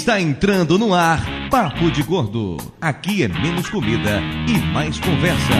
Está entrando no ar Papo de Gordo. Aqui é menos comida e mais conversa.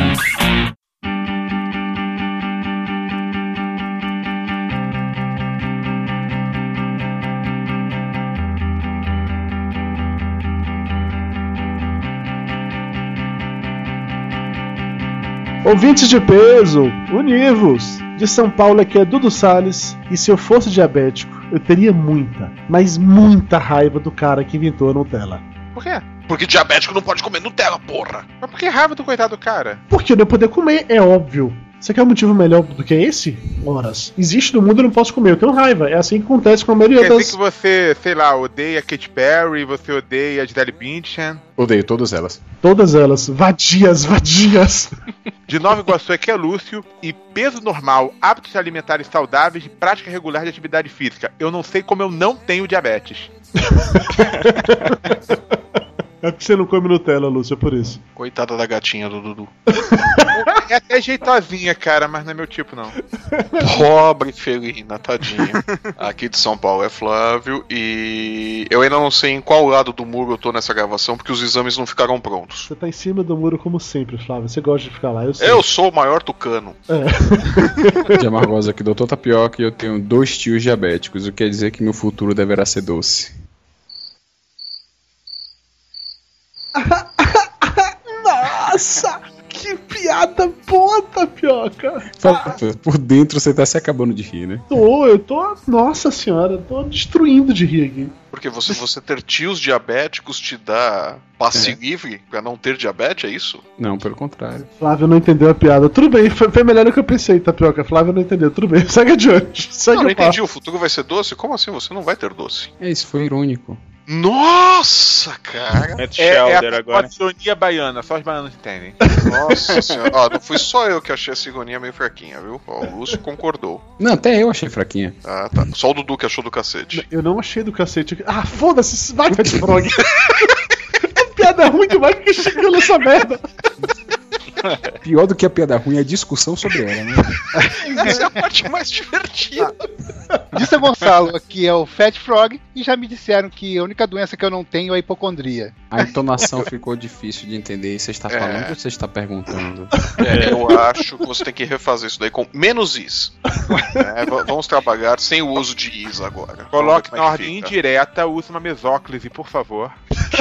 Ouvintes de peso, univos! De São Paulo aqui é Dudu Salles, e se eu fosse diabético, eu teria muita, mas muita raiva do cara que inventou a Nutella. Por quê? Porque diabético não pode comer Nutella, porra! Mas por que raiva do coitado do cara? Porque eu não ia poder comer, é óbvio. Você quer um motivo melhor do que esse? Horas. Existe no mundo, eu não posso comer, eu tenho raiva. É assim que acontece com a maioria Quer das... dizer que você, sei lá, odeia a Katy Perry, você odeia a Gisele Bündchen. Odeio todas elas. Todas elas. Vadias. De Nova Iguaçu aqui é Lúcio. E peso normal, hábitos alimentares saudáveis e prática regular de atividade física. Eu não sei como eu não tenho diabetes. É porque você não come Nutella, Lúcio, é por isso. Coitada da gatinha do Dudu. É até jeitosinha, cara, mas não é meu tipo, não. Pobre felina, tadinha. Aqui de São Paulo é Flávio e eu ainda não sei em qual lado do muro eu tô nessa gravação porque os exames não ficaram prontos. Você tá em cima do muro como sempre, Flávio. Você gosta de ficar lá, eu sei. Eu sou o maior tucano. De Amargosa aqui, Doutor Tapioca, e eu tenho 2 tios diabéticos, o que quer dizer que meu futuro deverá ser doce. Nossa! Que piada boa, Tapioca! Por dentro você tá se acabando de rir, né? Eu tô. Nossa senhora, eu tô destruindo de rir aqui. Porque você ter tios diabéticos te dá passe livre pra não ter diabetes, é isso? Não, pelo contrário. Flávio não entendeu a piada. Tudo bem, foi melhor do que eu pensei, Tapioca. Flávio não entendeu, tudo bem. Segue adiante. Não entendi, o futuro vai ser doce? Como assim? Você não vai ter doce? É, isso foi irônico. Nossa, cara. É a patrionia baiana, só os baianos entendem. Nossa senhora. Ó, não fui só eu que achei essa ironia meio fraquinha, viu? Ó, o Lúcio concordou. Não, até eu achei fraquinha. Ah, tá. Só o Dudu que achou do cacete. Eu não achei do cacete. Ah, foda-se, vai, Fat Frog. A piada ruim demais que chegou nessa merda. Pior do que a piada ruim é a discussão sobre ela, né? Essa é a parte mais divertida. Disse a Gonçalo, aqui é o Fat Frog, e já me disseram que a única doença que eu não tenho é a hipocondria. A entonação ficou difícil de entender. Você está falando ou você está perguntando? Eu acho que você tem que refazer isso daí com menos is. Vamos trabalhar sem o uso de is agora. Coloque na ordem indireta, use uma mesóclise, por favor.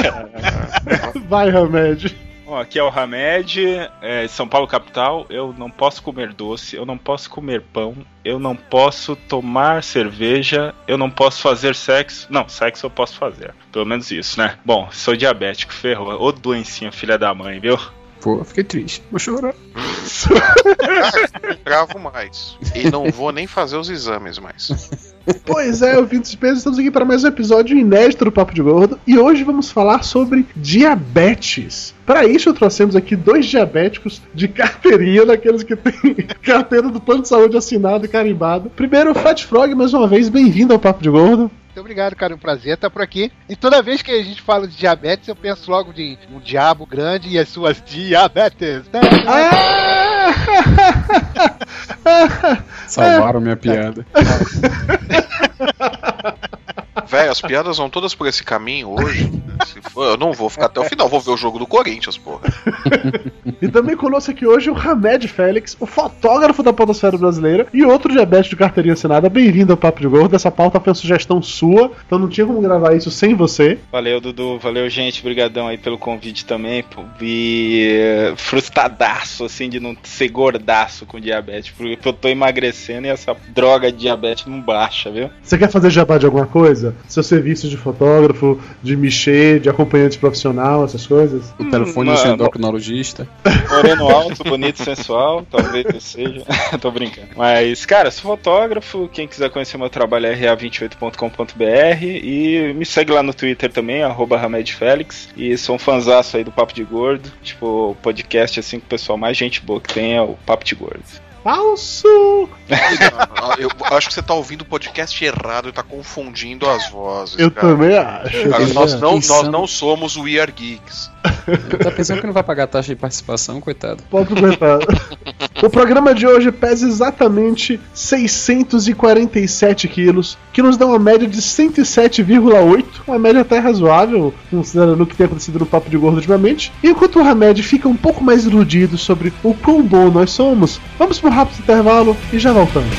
Vai, Hamed. Bom, aqui é o Hamed, São Paulo capital. Eu não posso comer doce, eu não posso comer pão, eu não posso tomar cerveja, eu não posso fazer sexo. Não, sexo eu posso fazer, pelo menos isso, né? Bom, sou diabético, ferrou. Ô doencinha, filha da mãe, viu? Pô, fiquei triste, vou chorar. Não gravo mais. E não vou nem fazer os exames mais. Pois é, ouvintes de peso, estamos aqui para mais um episódio inédito do Papo de Gordo. E hoje vamos falar sobre diabetes. Para isso, trouxemos aqui 2 diabéticos de carteirinha, daqueles que têm carteira do plano de saúde assinado e carimbado. Primeiro, o Fat Frog, mais uma vez, bem-vindo ao Papo de Gordo. Muito obrigado, cara, é um prazer estar por aqui. E toda vez que a gente fala de diabetes, eu penso logo de um diabo grande e as suas diabetes. Salvaram minha piada. Véi, as piadas vão todas por esse caminho hoje. Se for, eu não vou ficar até o final, vou ver o jogo do Corinthians, porra. E também conosco aqui hoje o Hamed Félix, o fotógrafo da podosfera brasileira e outro diabético de carteirinha assinada. Bem-vindo ao Papo de Gordo. Essa pauta foi uma sugestão sua, então não tinha como gravar isso sem você. Valeu, Dudu, valeu, gente, brigadão aí pelo convite também, pô. E frustradaço, assim, de não ser gordaço com diabetes, porque eu tô emagrecendo e essa droga de diabetes não baixa, viu? Você quer fazer jabá de alguma coisa? Seu serviço de fotógrafo, de mexer, de acompanhante profissional, essas coisas? O telefone do seu endocrinologista. Moreno alto, bonito, sensual, talvez eu seja. Tô brincando. Mas, cara, sou fotógrafo. Quem quiser conhecer meu trabalho é ra28.com.br e me segue lá no Twitter também, @HamedFélix. E sou um fanzaço aí do Papo de Gordo. Tipo, o podcast assim que o pessoal mais gente boa que tem é o Papo de Gordo. Falso! Eu acho que você tá ouvindo o podcast errado e tá confundindo as vozes. Eu cara. também acho. Cara, nós não somos o We Are Geeks. Tá pensando que não vai pagar taxa de participação, coitado? Pode coitado. O programa de hoje pesa exatamente 647 quilos, que nos dá uma média de 107,8, uma média até razoável, considerando o que tem acontecido no Papo de Gordo ultimamente. E enquanto o Hamed fica um pouco mais iludido sobre o quão bom nós somos, vamos para um rápido intervalo e já voltamos.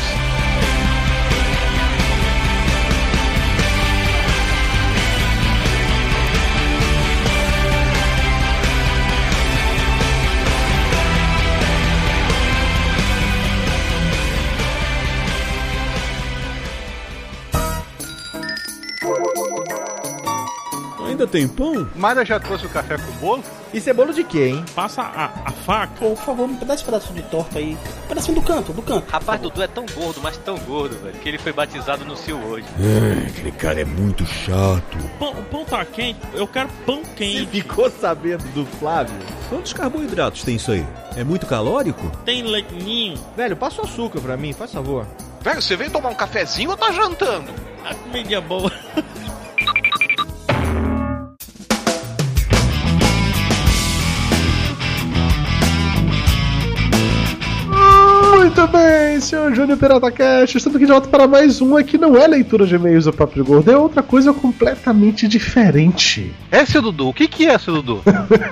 Ainda tem pão? Mara já trouxe o café com o bolo? Isso é bolo de quê, hein? Passa a faca. Pô, por favor, me dá esse pedaço de torta aí. Pedacinho do canto. Rapaz, Dudu é tão gordo, mas tão gordo, velho, que ele foi batizado no Sil hoje. Aquele cara é muito chato. O pão tá quente, eu quero pão quente. Você ficou sabendo do Flávio? Quantos carboidratos tem isso aí? É muito calórico? Tem leitinho. Velho, passa o açúcar pra mim, faz favor. Velho, você veio tomar um cafezinho ou tá jantando? A comida é boa. Muito bem, senhor Júnior Pirata Cast, estamos aqui de volta para mais uma que não é leitura de e-mails do Papo de Gordo, é outra coisa completamente diferente. É, seu Dudu, o que é, seu Dudu?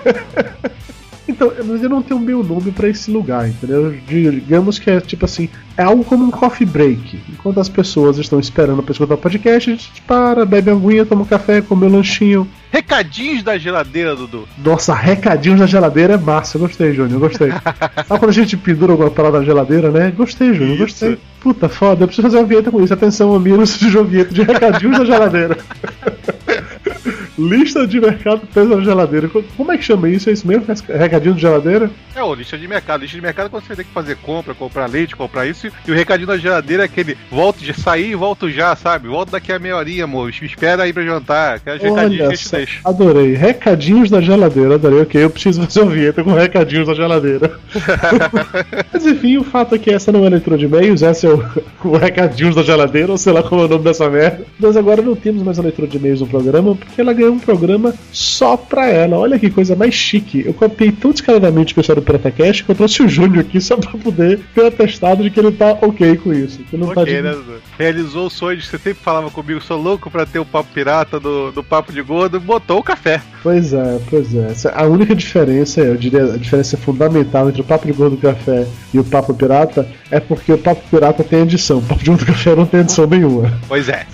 Então, eu não tenho meu nome pra esse lugar, entendeu? Digamos que é tipo assim, é algo como um coffee break. Enquanto as pessoas estão esperando pra escutar o podcast, a gente para, bebe aguinha, toma um café, come um lanchinho. Recadinhos da geladeira, Dudu. Nossa, recadinhos da geladeira é massa, eu gostei, Júnior, gostei. Sabe quando a gente pendura alguma parada na geladeira, né? Gostei, Júnior, gostei. Puta foda, eu preciso fazer uma vinheta com isso. Atenção, amigos de Jovieta de recadinhos da geladeira. Lista de mercado peso na geladeira. Como é que chama isso? É isso mesmo? Recadinho de geladeira? É, o lista de mercado. Lista de mercado é quando você tem que fazer compra, comprar leite, comprar isso. E o recadinho da geladeira é aquele volto de sair e volto já, sabe? Volto daqui a meia horinha, amor. Me espera aí pra jantar. Aqueles recadinhos que a gente deixa. Adorei. Recadinhos da geladeira. Adorei. Ok, eu preciso fazer uma vinheta com recadinhos da geladeira. Mas enfim, o fato é que essa não é leitura de e-mails. Essa é o recadinhos da geladeira, ou sei lá como é o nome dessa merda. Nós agora não temos mais a leitura de e-mails no programa, porque ela ganhou um programa só pra ela. Olha que coisa mais chique. Eu copiei tão descaradamente o pessoal do PirataCast que eu trouxe o Júnior aqui só pra poder ter um atestado de que ele tá ok com isso. Que não tá de... né? Realizou o sonho de que você sempre falava comigo, sou louco pra ter o papo pirata do Papo de Gordo, botou o café. Pois é. A única diferença, eu diria, a diferença fundamental entre o Papo de Gordo do Café e o Papo Pirata é porque o Papo Pirata tem edição. O Papo de Gordo do Café não tem edição nenhuma. Pois é.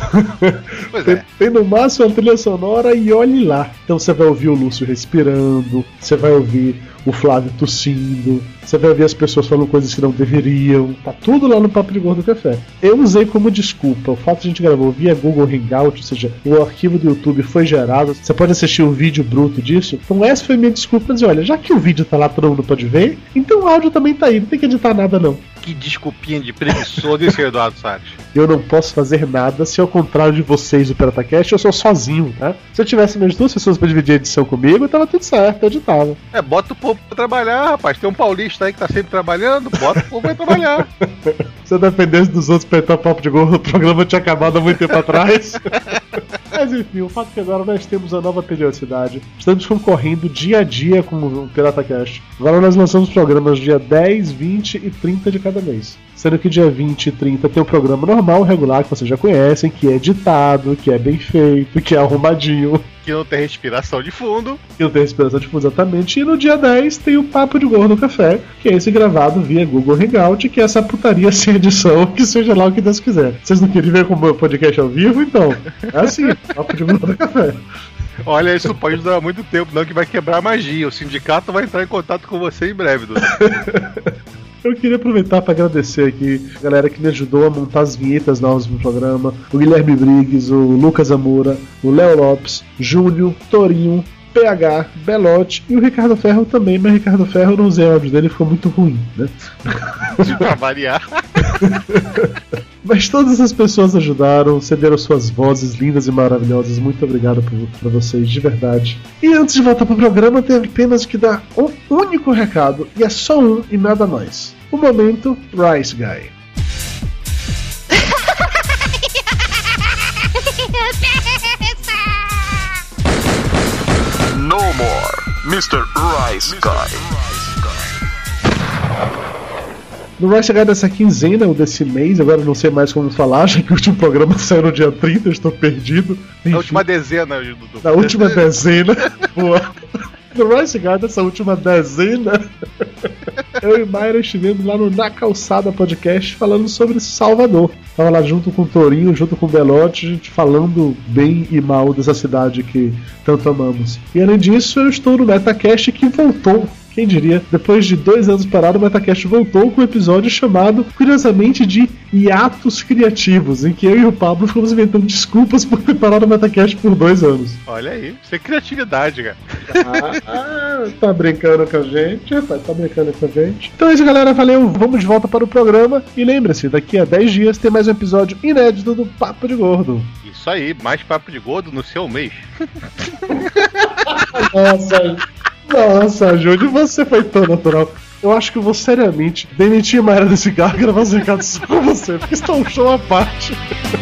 Tem no máximo a trilha sonora e olhe lá. Então você vai ouvir o Lúcio respirando, você vai ouvir o Flávio tossindo, você vai ouvir as pessoas falando coisas que não deveriam. Tá tudo lá no Papo de Gordo do Café. Eu usei como desculpa o fato de a gente gravou via Google Hangout, ou seja, o arquivo do YouTube foi gerado, você pode assistir o vídeo bruto disso. Então essa foi minha desculpa pra dizer, olha, já que o vídeo tá lá, todo mundo pode ver, então o áudio também tá aí, não tem que editar nada não. Que desculpinha de preguiçoso esse Eduardo Salles. Eu não posso fazer nada se ao contrário de vocês do PirataCast, eu sou sozinho, tá? Se eu tivesse mais duas pessoas pra dividir a edição comigo, tava tudo certo, eu editava. É, bota o povo pra trabalhar, rapaz. Tem um paulista aí que tá sempre trabalhando, bota o povo pra trabalhar. Se eu dependesse dos outros pra entrar Papo de Gordo, o programa tinha acabado há muito tempo atrás. Mas enfim, o fato é que agora nós temos uma nova periodicidade. Estamos concorrendo dia a dia com o PirataCast. Agora nós lançamos programas dia 10, 20 e 30 de cada mês. Sendo que dia 20 e 30 tem o programa normal, regular, que vocês já conhecem, que é editado, que é bem feito, que é arrumadinho. Que não tem respiração de fundo. Que não tem respiração de fundo, exatamente. E no dia 10 tem o Papo de Gordo no Café, que é esse gravado via Google Hangout, que é essa putaria sem edição, que seja lá o que Deus quiser. Vocês não queriam ver como é o podcast ao vivo? Então, é assim, Papo de Gordo no Café. Olha, isso não pode durar muito tempo, não, que vai quebrar a magia. O sindicato vai entrar em contato com você em breve, Dudu. Eu queria aproveitar para agradecer aqui a galera que me ajudou a montar as vinhetas novas no programa. O Guilherme Briggs, o Lucas Amora, o Léo Lopes, Júnior, Torinho, PH, Belote e o Ricardo Ferro também, mas o Ricardo Ferro eu não usei o áudio dele, ficou muito ruim, né? Pra variar. Mas todas as pessoas ajudaram, cederam suas vozes lindas e maravilhosas. Muito obrigado pra vocês, de verdade. E antes de voltar pro programa, tenho apenas que dar um único recado, e é só um e nada mais. o momento Rice Guy. No more, Mr. Rice Guy. No Rice Guy dessa quinzena, ou desse mês, agora eu não sei mais como falar, já que o último programa saiu no dia 30, eu estou perdido. Enfim, Na última dezena, Dudu. na última dezena. Boa. No Rice Guy dessa última dezena, eu e Mayra estivemos lá no Na Calçada Podcast falando sobre Salvador. Tava lá junto com o Torinho, junto com o Belote, a gente falando bem e mal dessa cidade que tanto amamos. E além disso, eu estou no Metacast que voltou. Quem diria, depois de 2 anos parado, o Metacast voltou com um episódio chamado, curiosamente, de Hiatos Criativos, em que eu e o Pablo ficamos inventando desculpas por ter parado o Metacast por 2 anos. Olha aí, isso é criatividade, cara. Tá brincando com a gente, rapaz, tá brincando com a gente. Então é isso, galera, valeu, vamos de volta para o programa. E lembre-se, daqui a 10 dias tem mais um episódio inédito do Papo de Gordo. Isso aí, mais papo de gordo no seu mês. Nossa, Júlio, você foi tão natural. Eu acho que eu vou seriamente demitir a Mayra desse carro e gravar os recados só com você, porque isso tá um show à parte.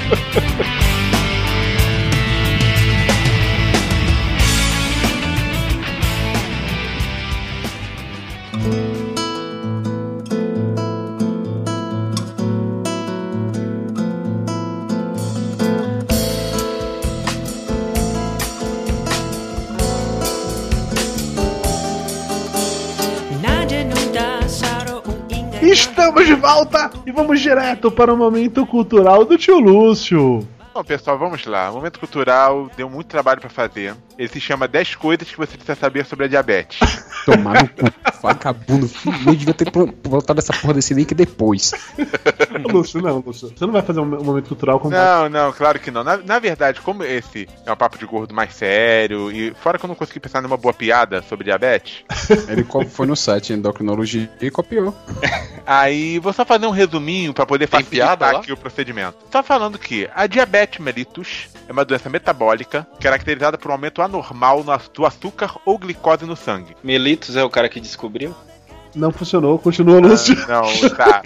Estamos de volta e vamos direto para o momento cultural do tio Lúcio. Bom, pessoal, vamos lá. O momento cultural deu muito trabalho pra fazer. Ele se chama 10 coisas que você precisa saber sobre a diabetes. Tomar no cu, vagabundo. Eu devia ter voltado essa porra desse link depois. Lúcio, você não vai fazer um momento cultural como... Não, claro que não. Na verdade, como esse é um papo de gordo mais sério, e fora que eu não consegui pensar numa boa piada sobre diabetes... Ele foi no site Endocrinologia e copiou. Aí vou só fazer um resuminho pra poder facilitar aqui o procedimento. Só falando que a diabetes mellitus é uma doença metabólica caracterizada por um aumento anormal do açúcar ou glicose no sangue. Mellitus é o cara que descobriu? Não funcionou, continua, Lúcio. Não, tá.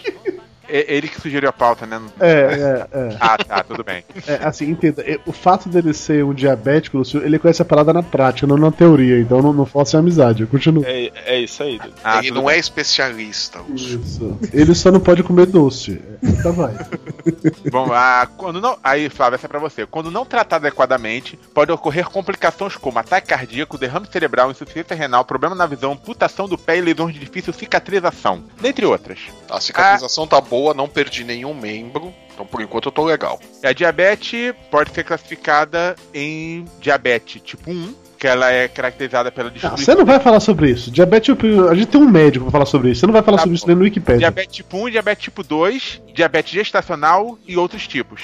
Ele que sugeriu a pauta, né? Ah, tá, tudo bem. Assim, entenda, o fato dele ser um diabético, Lúcio, ele conhece a parada na prática, não na teoria, então não faça amizade, continua. É isso aí, Dudu. Ele não é especialista, Lúcio. Isso. Ele só não pode comer doce. Então vai. Bom, quando não... Aí, Flávio, essa é pra você. Quando não tratado adequadamente, pode ocorrer complicações como ataque cardíaco, derrame cerebral, insuficiência renal, problema na visão, amputação do pé e lesões de difícil cicatrização, dentre outras. A cicatrização tá boa, não perdi nenhum membro, então por enquanto eu tô legal. A diabetes pode ser classificada em diabetes tipo 1, que ela é caracterizada pela destruição... Você não vai falar sobre isso. Diabetes, a gente tem um médico pra falar sobre isso. Você não vai falar sobre isso nem no Wikipedia. Diabetes tipo 1, diabetes tipo 2, diabetes gestacional e outros tipos.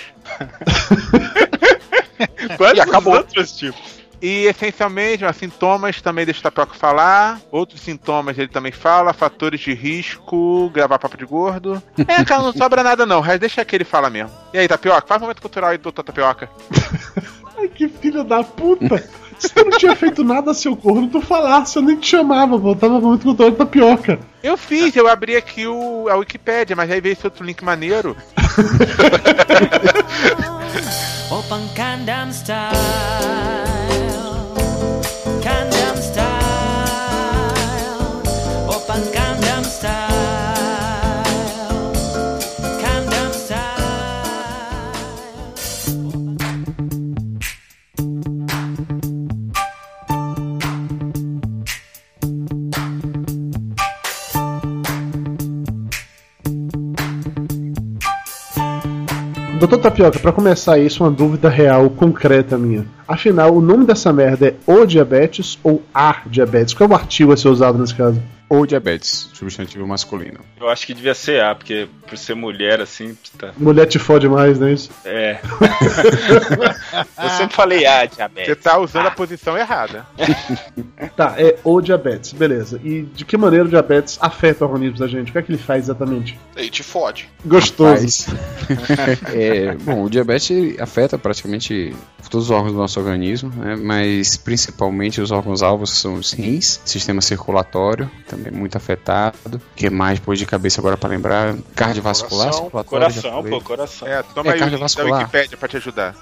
Quantos acabou outros tipos? E, essencialmente, os sintomas também deixa o Tapioca falar. Outros sintomas ele também fala. Fatores de risco, gravar papo de gordo. Cara, não sobra nada não. Deixa que ele fala mesmo. E aí, Tapioca? Faz um momento cultural aí, doutor Tapioca. Ai, que filho da puta. Você não tinha feito nada, seu corno, tu falasse, eu nem te chamava, voltava muito cultural de Tapioca. Eu fiz, eu abri aqui a Wikipédia, mas aí veio esse outro link maneiro. Open Gundam Style, Gundam Style, Open Gundam Style, Gundam Style. Doutor Tapioca, pra começar isso, uma dúvida real, concreta minha. Afinal, o nome dessa merda é o diabetes ou a diabetes? Qual é o artigo a ser usado nesse caso? Ou diabetes, substantivo masculino. Eu acho que devia ser A, porque por ser mulher, assim... Tá... Mulher te fode mais, não é isso? É. Eu sempre falei A, diabetes. Você tá usando a posição errada. Tá, é o diabetes, beleza. E de que maneira o diabetes afeta o organismo da gente? O que é que ele faz exatamente? Ele te fode. Gostoso. Bom, o diabetes afeta praticamente todos os órgãos do nosso organismo, né? Mas principalmente os órgãos-alvos são os rins, sistema circulatório, também muito afetado. O que mais depois de cabeça agora para lembrar? Cardiovascular, coração. Coração. Toma aí o link da cardiovascular. Wikipédia pra te ajudar.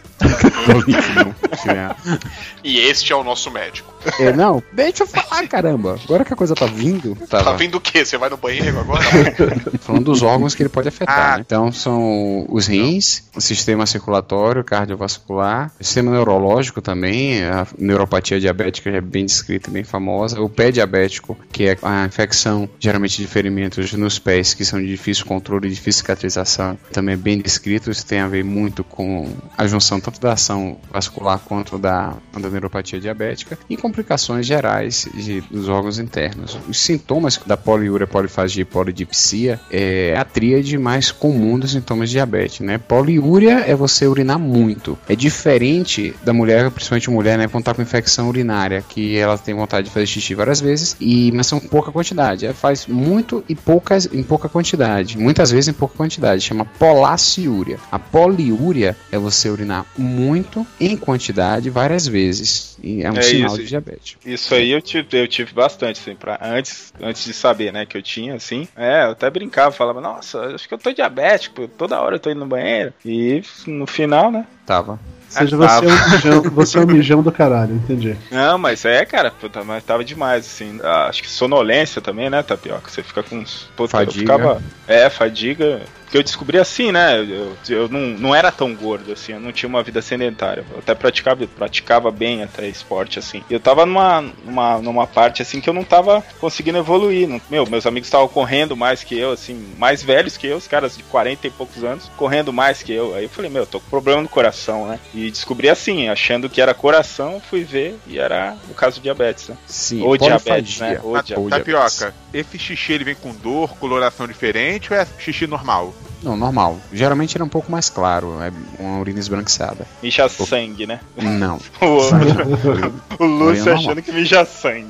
E este é o nosso médico. Não, deixa eu falar, caramba. Agora que a coisa tá vindo. Tá vindo o quê? Você vai no banheiro agora? Falando dos órgãos que ele pode afetar, né? Então são os rins, o sistema circulatório, cardiovascular, o sistema neurológico também, a neuropatia diabética é bem descrita e bem famosa, o pé diabético, que é a infecção geralmente de ferimentos nos pés, que são de difícil controle e difícil cicatrização, também é bem descrito. Isso tem a ver muito com a junção tanto da ação vascular quanto da neuropatia diabética e complicações gerais dos órgãos internos. Os sintomas da poliúria, polifagia e polidipsia é a tríade mais comum dos sintomas de diabetes, né? Poliúria é você urinar muito. É diferente da mulher, principalmente mulher, né, quando tá com infecção urinária, que ela tem vontade de fazer xixi várias vezes, mas são pouca quantidade. Ela faz muito e em pouca quantidade. Muitas vezes em pouca quantidade. Chama polaciúria. A poliúria é você urinar muito em quantidade várias vezes. E é um sinal de diabetes. Isso aí eu tive bastante, assim, antes de saber, né, que eu tinha, assim. Eu até brincava, falava, nossa, acho que eu tô diabético, toda hora eu tô indo no banheiro. E no final, né? Tava. Ou seja, você é um mijão do caralho, entendi. Não, mas cara, puta, mas tava demais, assim. Acho que sonolência também, né, Tapioca? Você fica com uns... Puta, fadiga. Fadiga. Porque eu descobri assim, né? Eu não era tão gordo, assim, eu não tinha uma vida sedentária. Eu até praticava bem até esporte, assim. E eu tava numa parte, assim, que eu não tava conseguindo evoluir. Meus amigos estavam correndo mais que eu, assim, mais velhos que eu, os caras de 40 e poucos anos, correndo mais que eu. Aí eu falei, tô com problema no coração, né? E descobri assim, achando que era coração, fui ver e era o caso de diabetes, né? Sim, ou diabetes, né? Ou diabetes. Tapioca, esse xixi ele vem com dor, coloração diferente ou é xixi normal? Não, normal. Geralmente ele é um pouco mais claro, é uma urina esbranquiçada. Mija sangue, né? Não. O Lúcio achando que mija sangue.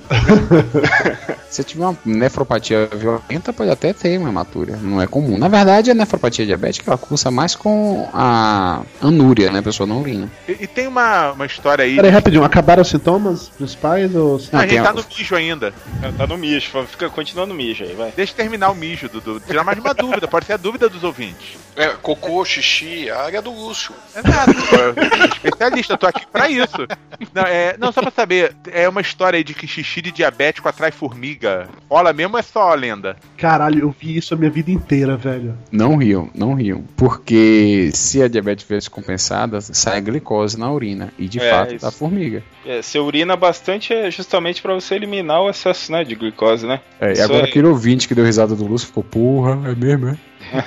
Se tiver uma nefropatia violenta, pode até ter uma hematúria. Não é comum. Na verdade, a nefropatia diabética ela cursa mais com a anúria, né? A pessoa não urina. E tem uma história aí... Peraí, rapidinho. Acabaram os sintomas principais? Ou... Não, a gente tá no mijo ainda. Tá no mijo. Continua no mijo aí, vai. Deixa eu terminar o mijo, Dudu. Tirar mais uma dúvida. Pode ser a dúvida dos ouvintes. Cocô, xixi, a área do Lúcio. Exato. Especialista, eu tô aqui pra isso. Não, só pra saber, é uma história aí de que xixi de diabético atrai formiga. Rola mesmo ou é só lenda? Caralho, eu vi isso a minha vida inteira, velho. Não riam. Porque se a diabetes fosse compensada, sai glicose na urina. E de fato, dá formiga. Você urina bastante justamente pra você eliminar o excesso, né, de glicose, né? E agora aquele ouvinte que deu risada do Lúcio ficou, porra, é mesmo, é?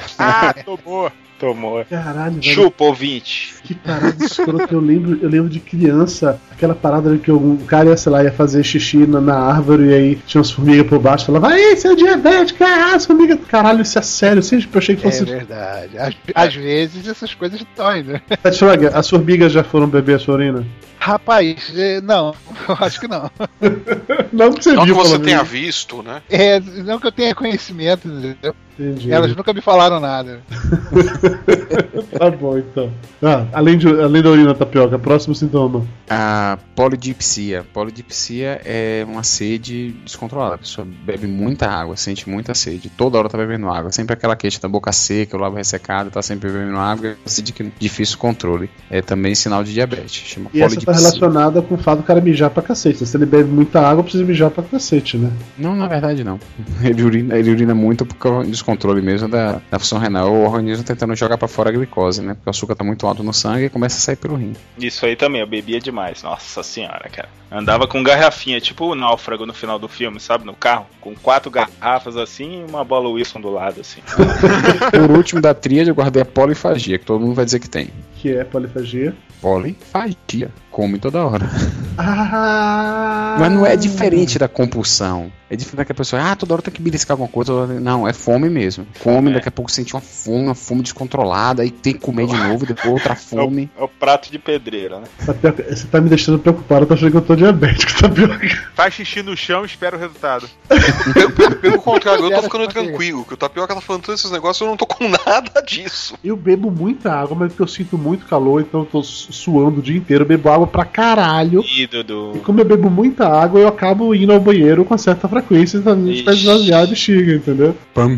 Tomou. Caralho, velho. Chupa, ouvinte. Que parada escrota. Eu lembro de criança, aquela parada que o cara ia fazer xixi na árvore e aí tinha umas formigas por baixo. Falava, aí, você é diabético, as formigas. Caralho, isso é sério. Eu achei que fosse. É verdade. Às vezes essas coisas doem, né? As formigas já foram beber a sua urina? Rapaz, não, eu acho que não. Não que você não viu, que você tenha visto, né? Não que eu tenha conhecimento, entendeu? Entendi. Elas nunca me falaram nada. Tá bom, então. Além da urina, Tapioca, próximo sintoma. A polidipsia. Polidipsia é uma sede descontrolada. A pessoa bebe muita água, sente muita sede. Toda hora tá bebendo água. Sempre aquela queixa da boca seca, o lábio ressecado, tá sempre bebendo água. É sede de difícil controle. É também sinal de diabetes. Chama polidipsia. Essa tá relacionada com o fato do cara mijar pra cacete. Se ele bebe muita água, precisa mijar pra cacete, né? Não, na verdade não. Ele urina muito porque o descontrole mesmo da função renal. O organismo tentando jogar pra fora a glicose, né? Porque o açúcar tá muito alto no sangue e começa a sair pelo rim. Isso aí também, eu bebia demais. Nossa senhora, cara. Andava com garrafinha, tipo o náufrago no final do filme, sabe? No carro, com 4 garrafas assim e uma bola Wilson do lado, assim. Por último da tríade, eu guardei a polifagia, que todo mundo vai dizer que tem. Que é polifagia? Polifagia. Come toda hora. Mas não é diferente da compulsão. É diferente daquela pessoa, toda hora tem que beliscar alguma coisa. Não, é fome mesmo. Fome, daqui a pouco sente uma fome descontrolada, aí tem que comer de novo, depois outra fome. É o prato de pedreira, né? Você tá me deixando preocupado, eu tô achando que eu tô diabético, Tapioca. Faz xixi no chão e espera o resultado. Pelo contrário, eu tô ficando tranquilo, que o Tapioca tá falando todos esses negócios, eu não tô com nada disso. Eu bebo muita água, mas porque eu sinto muito calor, então eu tô suando o dia inteiro, eu bebo água pra caralho. E como eu bebo muita água, eu acabo indo ao banheiro com certa frequência, pra esvaziar a bexiga, entendeu? Pam.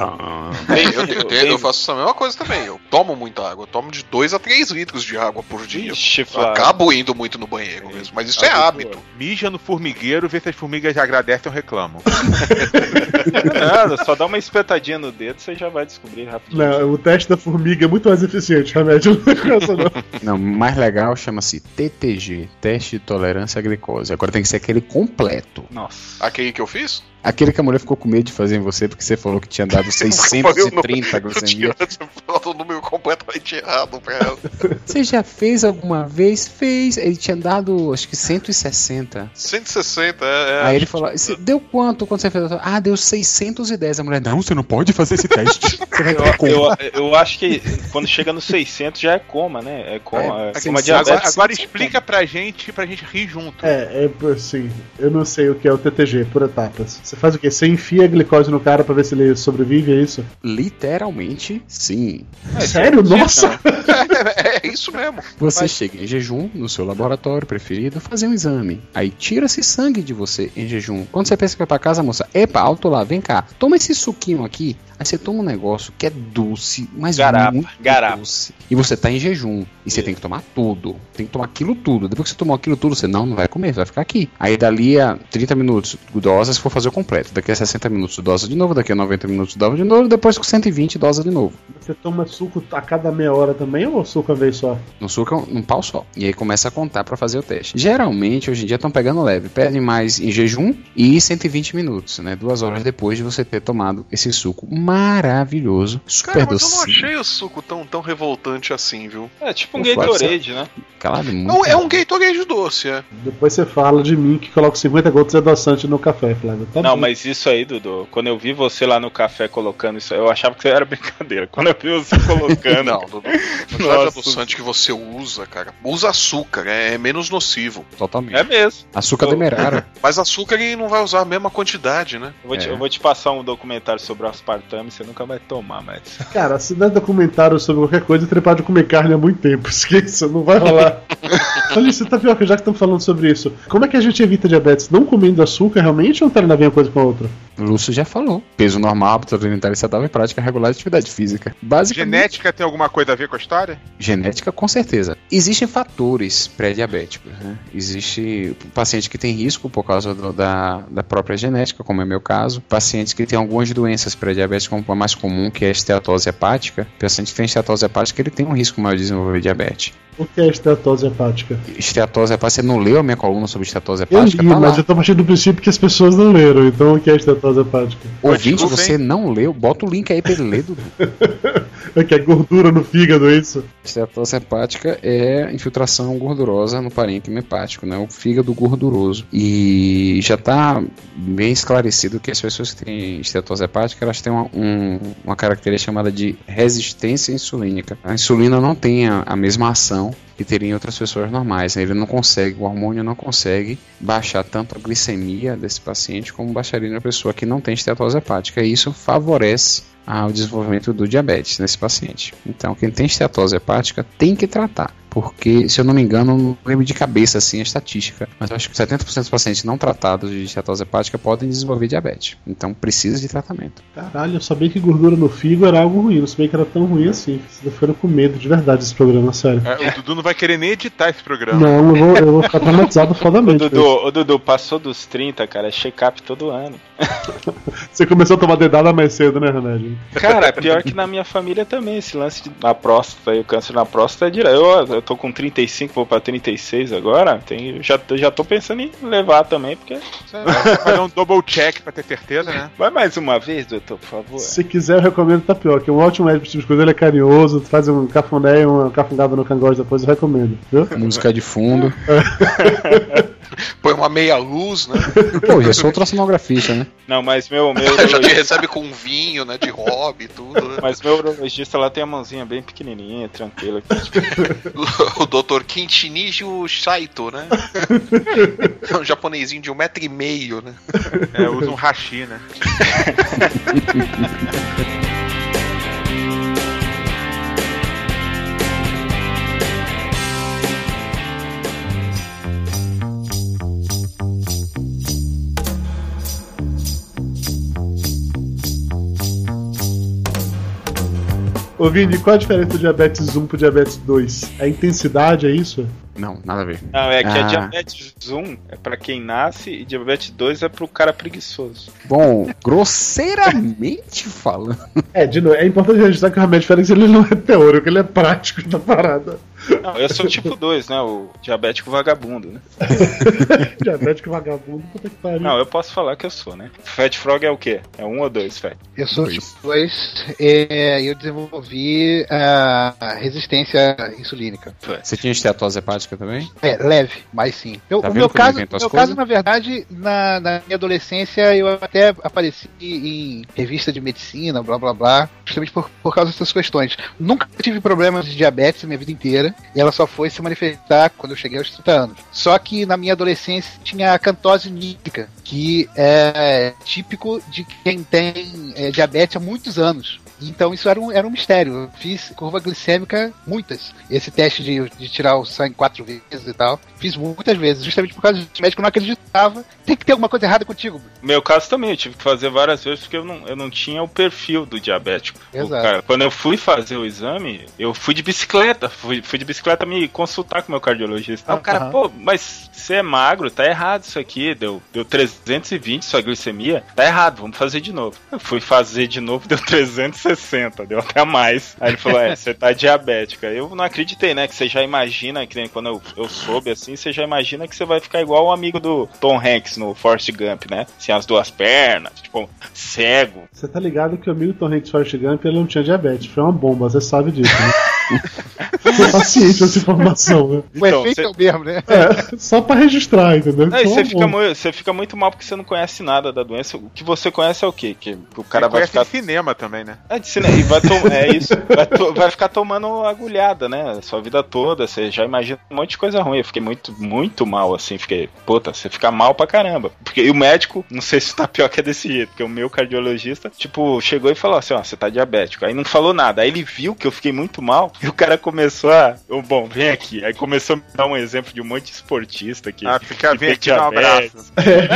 Eu faço a mesma coisa também. Eu tomo muita água. Eu tomo de 2 a 3 litros de água por dia. Eu acabo indo muito no banheiro mesmo. Mas isso é hábito. Mija no formigueiro, vê se as formigas já agradecem ou reclamam. Nada, só dá uma espetadinha no dedo, você já vai descobrir rapidinho. Não, o teste da formiga é muito mais eficiente, remédio não. Não, mais legal chama-se TTG, Teste de Tolerância à Glicose. Agora tem que ser aquele completo. Nossa. Aquele que eu fiz? Aquele que a mulher ficou com medo de fazer em você porque você falou que tinha dado 630 glicemia. Você falou o número completamente errado pra ela. Você já fez alguma vez? Fez. Ele tinha dado, acho que 160. 160, Aí ele falou, deu quanto quando você fez? Deu 610. A mulher, não, você não pode fazer esse teste. Você vai ter coma. Eu acho que quando chega no 600 já é coma, né? É coma de agora explica pra gente rir junto. Assim, eu não sei o que é o TTG, por etapas. Você faz o quê? Você enfia a glicose no cara pra ver se ele sobrevive, é isso? Literalmente, sim. Sério? Nossa! É isso mesmo. Você chega em jejum no seu laboratório preferido, fazer um exame. Aí tira-se sangue de você em jejum. Quando você pensa que vai pra casa, moça, alto lá, vem cá, toma esse suquinho aqui. Aí você toma um negócio que é doce, mas muito doce. E você tá em jejum. E você tem que tomar tudo. Tem que tomar aquilo tudo. Depois que você tomou aquilo tudo, você não vai comer, você vai ficar aqui. Aí dali a 30 minutos, dosa se for fazer o completo. Daqui a 60 minutos, dosa de novo. Daqui a 90 minutos, dosa de novo. Depois com 120, dosa de novo. Você toma suco a cada meia hora também ou suco a vez só? No suco, num pau só. E aí começa a contar pra fazer o teste. Geralmente, hoje em dia, estão pegando leve. Pedem mais em jejum e 120 minutos, né? 2 horas depois de você ter tomado esse suco maravilhoso, super doce. Mas eu não achei o suco tão revoltante assim, viu? É tipo um Gatorade, né? Calado muito. Não, é um Gatorade doce, é. Depois você fala de mim que coloco 50 gotas de adoçante no café, Flávio. Tá não, bom. Mas isso aí, Dudu, quando eu vi você lá no café colocando isso aí, eu achava que era brincadeira. Quando eu vi você colocando... Não, Dudu, a quantidade de adoçante que você usa, cara, usa açúcar, é menos nocivo. Totalmente. É mesmo. Açúcar demerara. Mas açúcar ele não vai usar a mesma quantidade, né? Eu vou te passar um documentário sobre o aspartame, você nunca vai tomar, mas... Cara, se der documentário sobre qualquer coisa, você pode comer carne há muito tempo. Esqueça, não vai rolar. Olha, você tá pior que já que estamos falando sobre isso. Como é que a gente evita diabetes? Não comendo açúcar realmente ou não tem nada a ver uma coisa com a outra? O Lúcio já falou. Peso normal, hábito alimentar saudável e prática regular de atividade física. Basicamente, genética tem alguma coisa a ver com a história? Genética, com certeza. Existem fatores pré-diabéticos, né? Existe paciente que tem risco por causa da própria genética, como é meu caso. Pacientes que têm algumas doenças pré-diabéticas, como a mais comum, que é a esteatose hepática. O paciente que tem esteatose hepática, ele tem um risco maior de desenvolver diabetes. O que é esteatose hepática? Esteatose hepática, você não leu a minha coluna sobre esteatose hepática? Eu li, mas eu tô partindo do princípio que as pessoas não leram, então o que é esteatose hepática? Ouvinte, você não leu? Bota o link aí pra ele ler, Dudu. É que é gordura no fígado, é isso? Esteatose hepática é infiltração gordurosa no parênquima hepático, né? O fígado gorduroso. E já tá bem esclarecido que as pessoas que têm esteatose hepática, elas têm uma característica chamada de resistência insulínica. A insulina não tem a mesma ação que teria em outras pessoas normais, né? Ele não consegue, o hormônio não consegue baixar tanto a glicemia desse paciente como baixaria na pessoa que não tem esteatose hepática, e isso favorece o desenvolvimento do diabetes nesse paciente. Então, quem tem esteatose hepática tem que tratar, porque, se eu não me engano, não lembro de cabeça assim a estatística, mas eu acho que 70% dos pacientes não tratados de esteatose hepática podem desenvolver diabetes, então precisa de tratamento. Caralho, eu sabia que gordura no fígado era algo ruim, não sabia que era tão ruim assim. Vocês ficaram com medo de verdade desse programa, sério. O Dudu não vai querer nem editar esse programa. Não, eu vou ficar traumatizado fodamente. O Dudu passou dos 30, cara, é check-up todo ano. Você começou a tomar dedada mais cedo, né, Remédio? Cara, pior que na minha família também, esse lance na próstata e o câncer na próstata é direto. Eu tô com 35, vou pra 36 agora. Já tô pensando em levar também, porque... Fazer um double check pra ter certeza, né? Vai mais uma vez, doutor, por favor. Se quiser, eu recomendo tapioca. É um ótimo médico de coisa, ele é carinhoso, faz um cafuné e uma cafungada no cangote depois, eu recomendo. Viu? Música de fundo. Põe uma meia luz, né? Pô, já sou ultrassonografista, né? Não, mas meu Já te recebe com um vinho, né? De hobby e tudo. Né? Mas meu urologista lá tem a mãozinha bem pequenininha, tranquila. O Dr. Kinshinijo Saito, né? É um japonesinho de 1,5 m, né? Usa um hashi, né? Ô Vini, qual a diferença do diabetes 1 pro diabetes 2? A intensidade, é isso? Não, nada a ver. Não, é que a diabetes 1 é pra quem nasce e diabetes 2 é pro cara preguiçoso. Bom, grosseiramente falando. De novo, é importante registrar que o remédio Félix ele não é teórico, ele é prático da parada. Não, eu sou tipo 2, né? O diabético vagabundo, né? Diabético vagabundo, puta que pariu. Não, eu posso falar que eu sou, né? Fat Frog é o quê? É 1 ou 2, Fat? Eu sou tipo 2 e eu desenvolvi a resistência insulínica. Você tinha esteatose hepática também? Leve, mas sim. Tá o meu caso, na verdade, na minha adolescência, eu até apareci em revista de medicina, blá blá blá, justamente por causa dessas questões. Nunca tive problemas de diabetes a minha vida inteira, e ela só foi se manifestar quando eu cheguei aos 30 anos. Só que na minha adolescência tinha a cantose nítrica, que é típico de quem tem diabetes há muitos anos. Então isso era um mistério. Eu fiz curva glicêmica muitas. Esse teste de tirar o sangue 4 vezes e tal, fiz muitas vezes, justamente por causa disso. O médico não acreditava. Tem que ter alguma coisa errada contigo. Meu caso também, eu tive que fazer várias vezes porque eu não tinha o perfil do diabético. Exato. Cara, quando eu fui fazer o exame, eu fui de bicicleta. Fui de bicicleta me consultar com o meu cardiologista. Aí o cara, pô, mas você é magro, tá errado isso aqui. Deu 320 sua glicemia. Tá errado, vamos fazer de novo. Eu fui fazer de novo, deu 360, deu até mais. Aí ele falou, você tá diabética. Eu não acreditei, né? Que você já imagina, que nem quando eu soube assim, você já imagina que você vai ficar igual o amigo do Tom Hanks no Forrest Gump, né? Assim, as duas pernas, tipo, cego. Você tá ligado que o amigo Tom Hanks Forrest Gump, ele não tinha diabetes, foi uma bomba, você sabe disso, né? Tô paciente com essa informação, né? O efeito é o mesmo, né? Só pra registrar, entendeu? Você fica muito mal porque você não conhece nada da doença. O que você conhece é o quê? Que o cara vai ficar... de cinema também, né? De cinema. E vai ficar tomando agulhada, né? Sua vida toda. Você já imagina um monte de coisa ruim. Eu fiquei muito, muito mal, assim. Fiquei, puta, você fica mal pra caramba. E o médico, não sei se o tapioca é desse jeito, porque o meu cardiologista, tipo, chegou e falou assim, você tá diabético. Aí não falou nada. Aí ele viu que eu fiquei muito mal e o cara começou bom, vem aqui. Aí começou a me dar um exemplo de um monte de esportista que fica vem aqui dar um abraço.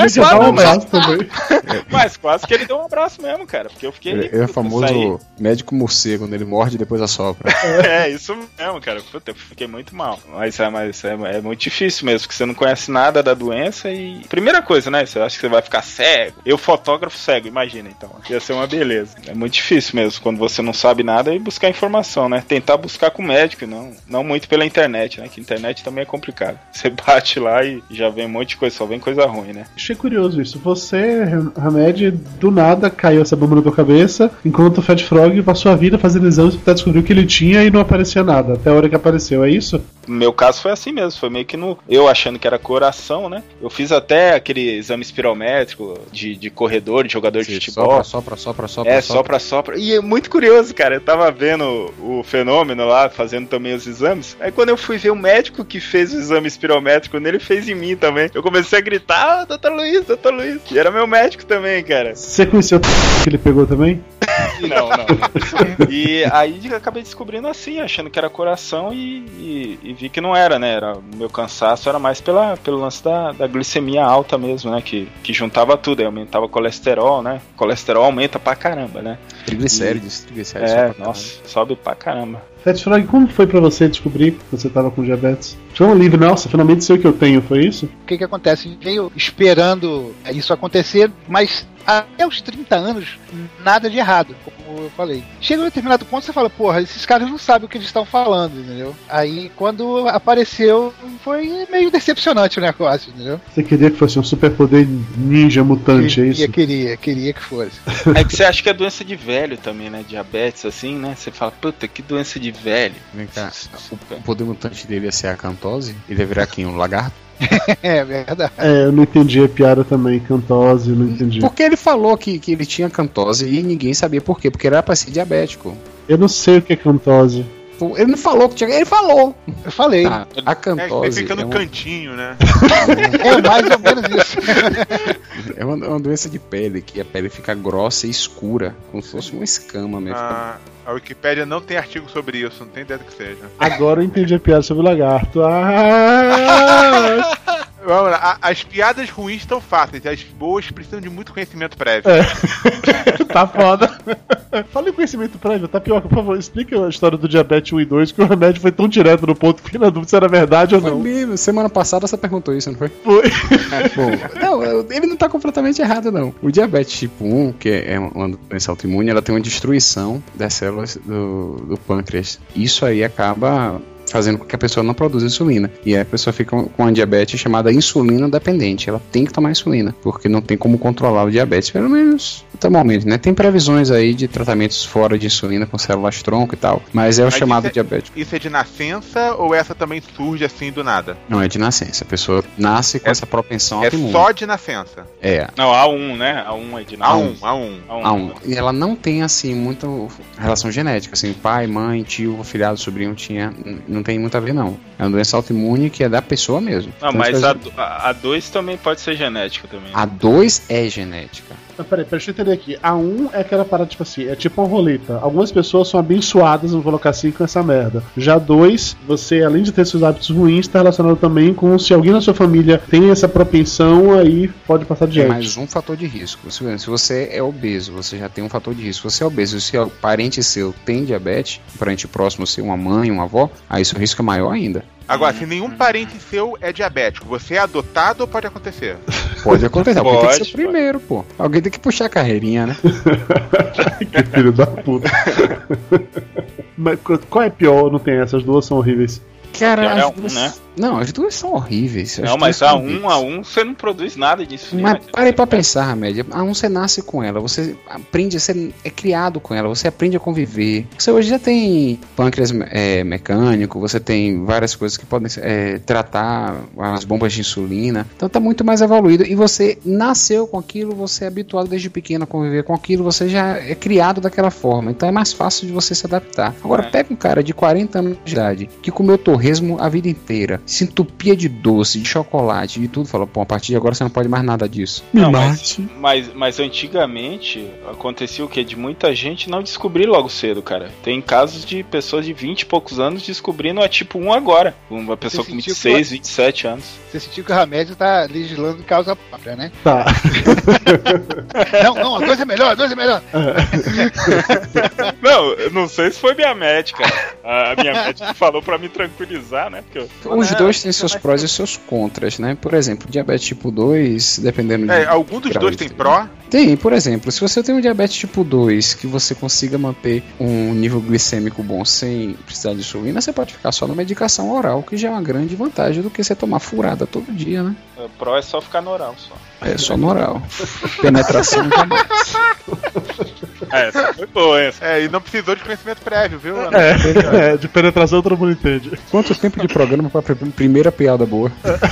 Mas quase que ele deu um abraço mesmo, cara. Porque eu fiquei... É o famoso médico morcego, quando ele morde e depois assopra. Isso mesmo, cara. Puta, eu fiquei muito mal. Mas é muito difícil mesmo, porque você não conhece nada da doença e... Primeira coisa, né? Você acha que você vai ficar cego. Eu, fotógrafo cego, imagina, então. Ia ser uma beleza. É muito difícil mesmo, quando você não sabe nada, e buscar informação, né? Tentar buscar com o médico, não muito pela internet, né? Que a internet também é complicado. Você bate lá e já vem um monte de coisa, só vem coisa ruim, né? Achei curioso isso. Você, Hamed, do nada caiu essa bomba na tua cabeça, enquanto o Fat Frog passou a vida fazendo exames pra descobrir o que ele tinha e não aparecia nada, até a hora que apareceu, é isso? No meu caso foi assim mesmo, foi meio que eu achando que era coração, né? Eu fiz até aquele exame espirométrico de corredor, de jogador de futebol. Sopra. Sopra. E é muito curioso, cara. Eu tava vendo o fenômeno lá, fazendo também os exames. Aí quando eu fui ver o médico que fez o exame espirométrico nele, fez em mim também. Eu comecei a gritar, Dr. Luiz. E era meu médico também, cara. Você conheceu o que ele pegou também? Não. E aí eu acabei descobrindo assim, achando que era coração e vi que não era, né? Meu cansaço era mais pelo lance da glicemia alta mesmo, né? Que juntava tudo, aí aumentava colesterol, né? Colesterol aumenta pra caramba, né? Triglicérides. Nossa, sobe pra caramba. Fat Frog, como foi pra você descobrir que você tava com diabetes? Foi um livro, nossa, finalmente sei o que eu tenho, foi isso? O que acontece? Veio esperando isso acontecer, mas até os 30 anos, nada de errado, como eu falei. Chega a um determinado ponto, você fala, porra, esses caras não sabem o que eles estão falando, entendeu? Aí, quando apareceu, foi meio decepcionante o negócio, entendeu? Você queria que fosse um superpoder ninja mutante, é isso? Queria que fosse. É que você acha que é doença de velho também, né? Diabetes, assim, né? Você fala, puta, que doença de velho. Vem cá, o poder mutante dele ia ser a cantose? Ele ia virar aqui um lagarto? É verdade. Eu não entendi a piada também, cantose, não entendi. Porque ele falou que ele tinha cantose e ninguém sabia por quê, porque ele era pra ser diabético. Eu não sei o que é cantose. Ele não falou que tinha. Ele falou. Eu falei. A cantose. Ele fica no cantinho, né? É mais ou menos isso. É uma doença de pele, que a pele fica grossa e escura, como se fosse uma escama mesmo. A Wikipédia não tem artigo sobre isso, não tem ideia do que seja. Agora eu entendi a piada sobre o lagarto. Vamos lá, as piadas ruins estão fáceis, as boas precisam de muito conhecimento prévio. Tá foda. Fala em conhecimento prévio, Tapioca, por favor, explica a história do diabetes 1 e 2, que o remédio foi tão direto no ponto que fiquei na dúvida se era verdade ou não. Foi mesmo, semana passada você perguntou isso, não foi? Foi. Não, ele não tá completamente errado, não. O diabetes tipo 1, que é uma doença autoimune, ela tem uma destruição das células do pâncreas. Isso aí acaba fazendo com que a pessoa não produza insulina. E aí a pessoa fica com uma diabetes chamada insulina dependente. Ela tem que tomar insulina, porque não tem como controlar o diabetes, pelo menos até o momento, né? Tem previsões aí de tratamentos fora de insulina com células tronco e tal, mas é o chamado diabético. Isso é de nascença ou essa também surge assim do nada? Não, é de nascença. A pessoa nasce com essa propensão autoimune. É só de nascença? É. Não, A1, né? A1 é de nascença. A1. E ela não tem, assim, muita relação genética, assim, pai, mãe, tio, afilhado, sobrinho, não tem muito a ver, não. É uma doença autoimune que é da pessoa mesmo. Não, mas a 2 também pode ser genética também. A 2 é genética. Peraí, deixa eu entender aqui. A 1 é aquela parada, tipo assim, é tipo uma roleta. Algumas pessoas são abençoadas, vamos colocar assim, com essa merda. Já 2, você, além de ter seus hábitos ruins, está relacionado também com se alguém na sua família tem essa propensão, aí pode passar de É mais um fator de risco. Se você é obeso, você já tem um fator de risco. Se você é obeso, se o parente seu tem diabetes, um parente próximo seu, uma mãe, uma avó, aí seu risco é maior ainda. Agora, se nenhum parente seu é diabético, você é adotado ou pode acontecer? Pode acontecer, alguém tem que ser o primeiro, pô. Alguém tem que puxar a carreirinha, né? Que filho da puta. Mas qual é pior? Não tem, essas duas são horríveis. Cara, as duas... né? Não, as duas são horríveis. Não, mas A1 você não produz nada disso. Mas parei pra pensar, média. A1 você nasce com ela, você aprende, você é criado com ela, você aprende a conviver. Você hoje já tem pâncreas mecânico, você tem várias coisas que podem tratar as bombas de insulina. Então tá muito mais evoluído. E você nasceu com aquilo, você é habituado desde pequeno a conviver com aquilo, você já é criado daquela forma. Então é mais fácil de você se adaptar. Agora pega um cara de 40 anos de idade que comeu torresmo a vida inteira, se entupia de doce, de chocolate, de tudo, fala, pô, a partir de agora você não pode mais nada disso. Não, mas antigamente acontecia o quê? De muita gente não descobrir logo cedo, cara. Tem casos de pessoas de 20 e poucos anos descobrindo a tipo 1 agora. Uma pessoa com 26, 27 anos. Você sentiu que o remédio tá legislando em causa própria, né? Tá. Não, a 2 é melhor, a 2 é melhor. Não, eu não sei se foi minha médica. A minha médica falou pra me tranquilizar, né? Porque os dois têm seus prós e seus contras, né? Por exemplo, diabetes tipo 2, dependendo de... algum dos dois tem pró? Tem, por exemplo, se você tem um diabetes tipo 2, que você consiga manter um nível glicêmico bom sem precisar de insulina, você pode ficar só na medicação oral, que já é uma grande vantagem do que você tomar furada todo dia, né? Pró é só ficar no oral, só. É, só no oral. Penetração jamais. Essa foi boa, essa. E não precisou de conhecimento prévio, viu? De penetração todo mundo entende. Quanto tempo de programa pra primeira piada boa?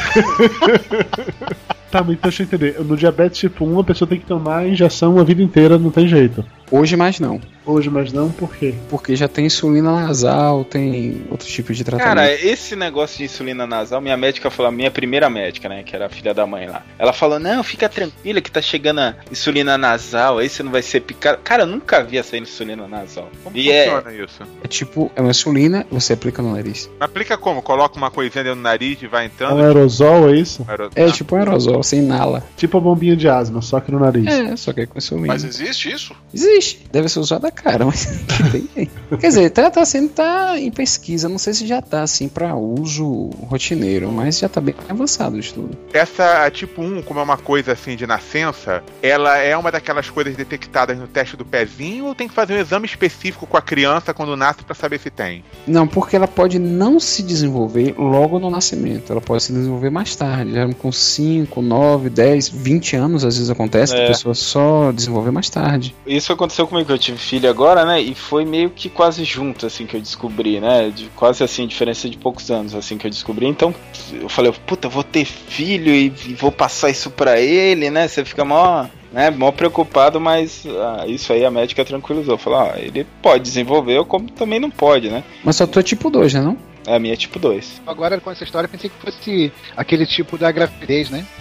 Tá, mas então deixa eu entender. No diabetes tipo 1, a pessoa tem que tomar injeção a vida inteira, não tem jeito. Hoje mais não. Hoje mais não, por quê? Porque já tem insulina nasal, tem outros tipos de tratamento. Cara, esse negócio de insulina nasal, minha médica falou, minha primeira médica, né, que era a filha da mãe lá. Ela falou, não, fica tranquila que tá chegando a insulina nasal, aí você não vai ser picado. Cara, eu nunca vi essa insulina nasal. Como funciona isso? É tipo, é uma insulina, você aplica no nariz. Aplica como? Coloca uma coisinha dentro do nariz e vai entrando? Um aerosol, é isso? É tipo um aerosol, você inala. Tipo a bombinha de asma, só que no nariz. É, só que é com insulina. Mas existe isso? Existe. existe. Deve ser usada cara, mas que tem. Quer dizer, tá em pesquisa. Não sei se já tá assim pra uso rotineiro, mas já tá bem avançado o estudo. Essa tipo 1, como é uma coisa assim de nascença, ela é uma daquelas coisas detectadas no teste do pezinho ou tem que fazer um exame específico com a criança quando nasce pra saber se tem? Não, porque ela pode não se desenvolver logo no nascimento. Ela pode se desenvolver mais tarde, já com 5, 9, 10, 20 anos às vezes acontece, que a pessoa só desenvolver mais tarde. Isso aconteceu comigo, que eu tive filho agora, né? E foi meio que quase junto, assim, que eu descobri, né? Quase assim, diferença de poucos anos, assim, que eu descobri. Então, eu falei, puta, vou ter filho e vou passar isso pra ele, né? Você fica mó preocupado, mas isso aí a médica tranquilizou. Falou, ele pode desenvolver, como também não pode, né? Mas só tu é tipo 2, né, não? É, a minha é tipo 2. Agora, com essa história, eu pensei que fosse aquele tipo da gravidez, né?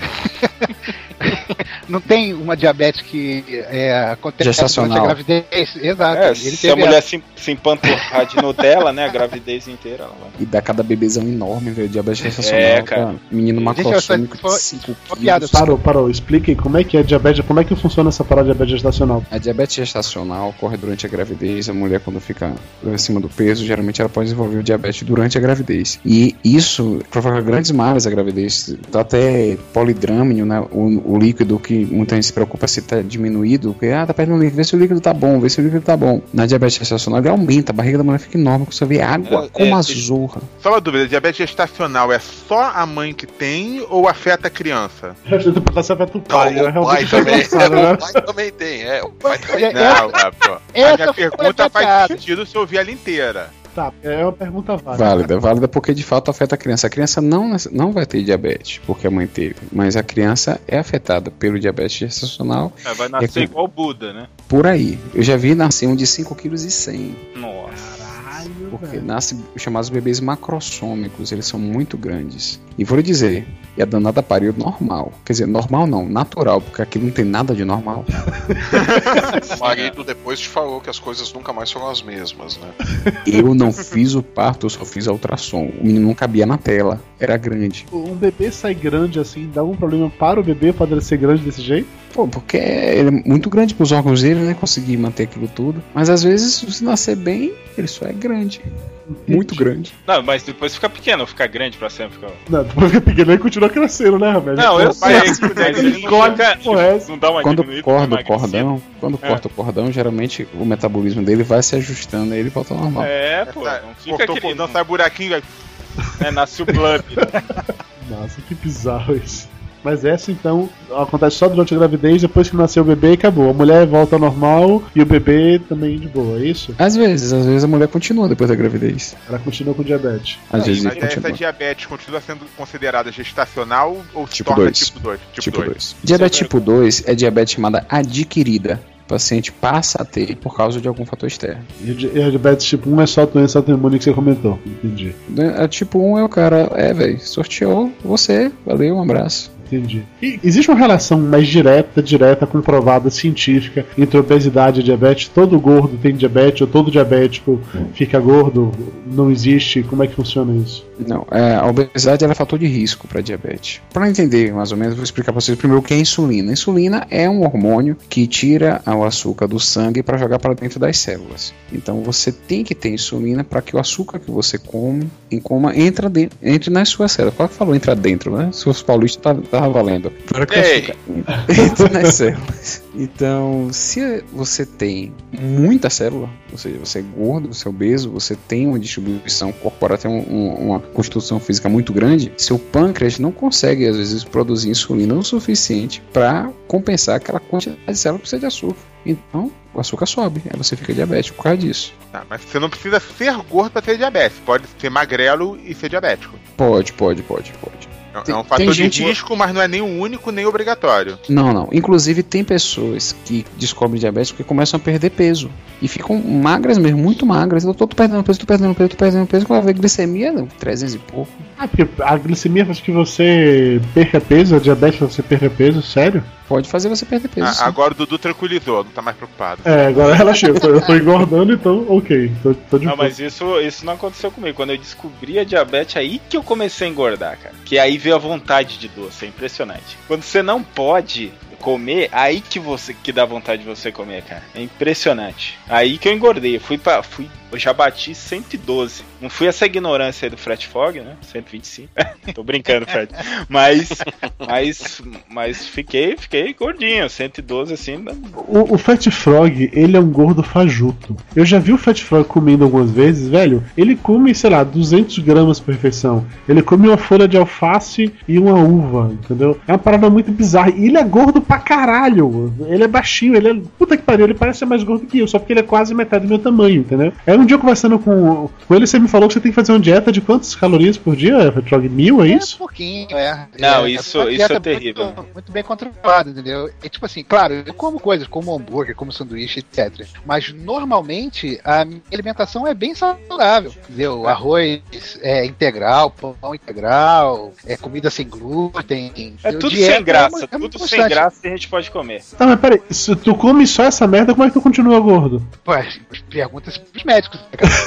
Não tem uma diabetes que acontece gestacional durante a gravidez? Exato. Se a mulher se empanturrar de Nutella, né, a gravidez inteira, ela vai. E dá cada bebezão enorme, velho, diabetes gestacional. Cara. Menino macrossômico de 5 quilos. Parou, expliquem como é que é diabetes, como é que funciona essa parada de diabetes gestacional. A diabetes gestacional ocorre durante a gravidez. A mulher, quando fica acima do peso, geralmente ela pode desenvolver o diabetes durante a gravidez. E isso provoca grandes males a gravidez. Dá até polidrâmino, né, o líquido, que muita gente se preocupa se tá diminuído, porque tá perdendo líquido, vê se o líquido tá bom, Na diabetes gestacional ele aumenta, a barriga da mulher fica enorme, você vê água como a zorra. Só uma dúvida, diabetes gestacional é só a mãe que tem ou afeta a afeta o pai. Não, o pai também, o pai também tem, o pai também. Não, pô. A minha pergunta faz sentido se eu ouvir ela inteira. Tá, é uma pergunta válida. Válida porque de fato afeta a criança. A criança não vai ter diabetes, porque a mãe teve, mas a criança é afetada pelo diabetes gestacional. Vai nascer igual o Buda, né? Por aí. Eu já vi nascer um de 5,1 kg. Nossa. Porque nasce os chamados bebês macrossômicos, eles são muito grandes. E vou lhe dizer, a danada pariu normal. Quer dizer, normal não, natural, porque aqui não tem nada de normal. O marido depois te falou que as coisas nunca mais foram as mesmas, né? Eu não fiz o parto, eu só fiz a ultrassom. O menino não cabia na tela, era grande. Um bebê sai grande assim, dá algum problema para o bebê poder ele ser grande desse jeito? Pô, porque ele é muito grande para os órgãos dele, né? Conseguir manter aquilo tudo. Mas às vezes, se nascer bem, ele só é grande. Muito grande. Não, mas depois fica pequeno, fica grande pra sempre. Não, depois fica pequeno e continua crescendo, né, Rafael? Não, eu sei, mas ele não dá uma quando corta o cordão, geralmente o metabolismo dele vai se ajustando e ele volta ao normal. Pô, não fica aquele... Não sai buraquinho, vai... nasce o blood. Nossa, que bizarro isso. Mas essa, então, acontece só durante a gravidez, depois que nasceu o bebê e acabou. A mulher volta ao normal e o bebê também de boa, é isso? Às vezes a mulher continua depois da gravidez. Ela continua com diabetes. Às vezes mas essa diabetes continua sendo considerada gestacional ou se tipo torna 2. tipo 2? Tipo 2. Diabetes tipo 2 é diabetes chamada adquirida. O paciente passa a ter por causa de algum fator externo. E a diabetes tipo 1 é só a doença autoimune que você comentou, entendi. A tipo 1 é o cara, velho, sorteou você, valeu, um abraço. Entendi. E existe uma relação mais direta, comprovada, científica entre obesidade e diabetes? Todo gordo tem diabetes ou todo diabético fica gordo? Não existe? Como é que funciona isso? Não, a obesidade é fator de risco para diabetes. Para entender mais ou menos, vou explicar para vocês primeiro o que é a insulina. A insulina é um hormônio que tira o açúcar do sangue para jogar para dentro das células. Então você tem que ter insulina para que o açúcar que você come entre nas suas células. Qual que falou entra dentro, né? Se os paulistas tava valendo. Para que o açúcar entre nas células. Então, se você tem muita célula, ou seja, você é gordo, você é obeso, você tem uma distribuição corporal, tem uma constituição física muito grande, seu pâncreas não consegue, às vezes, produzir insulina o suficiente para compensar aquela quantidade de células que precisa de açúcar. Então, o açúcar sobe, aí você fica diabético por causa disso. Tá, mas você não precisa ser gordo para ter diabetes, pode ser magrelo e ser diabético. Pode. É um fator de risco, mas não é nem o único, nem obrigatório. Não. Inclusive, tem pessoas que descobrem diabetes porque começam a perder peso. E ficam magras mesmo, muito magras. Eu tô perdendo peso. Quando a glicemia, 300 e pouco. Porque a glicemia faz que você perca peso, a diabetes faz que você perca peso, sério? Pode fazer você perder peso. Agora o Dudu tranquilizou, não tá mais preocupado. Agora relaxei, eu tô engordando, então ok, tô de Não, mas isso não aconteceu comigo. Quando eu descobri a diabetes, aí que eu comecei a engordar, cara. Que aí veio a vontade de doce, é impressionante. Quando você não pode comer, aí que dá vontade de você comer, cara. É impressionante. Aí que eu engordei. Eu já bati 112. Não fui essa ignorância aí do Fat Frog, né? 125. Tô brincando, Fred. Mas fiquei gordinho. 112, assim. O Fat Frog, ele é um gordo fajuto. Eu já vi o Fat Frog comendo algumas vezes, velho. Ele come, sei lá, 200 gramas por refeição. Ele come uma folha de alface e uma uva, entendeu? É uma parada muito bizarra. E ele é gordo pra caralho. Ele é baixinho, ele é... Puta que pariu, ele parece ser mais gordo que eu. Só porque ele é quase metade do meu tamanho, entendeu? Um dia conversando com ele, você me falou que você tem que fazer uma dieta de quantas calorias por dia, Fat Frog? 1000, é isso? Pouquinho, Não, isso é terrível. Muito bem controlado, entendeu? É tipo assim, claro, eu como coisas, como hambúrguer, como sanduíche, etc. Mas normalmente a minha alimentação é bem saudável, entendeu? Arroz integral, pão integral, comida sem glúten. É tudo sem graça, tudo sem graça a gente pode comer. Tá, mas peraí, se tu come só essa merda, como é que tu continua gordo? Pô, pergunta pros médicos.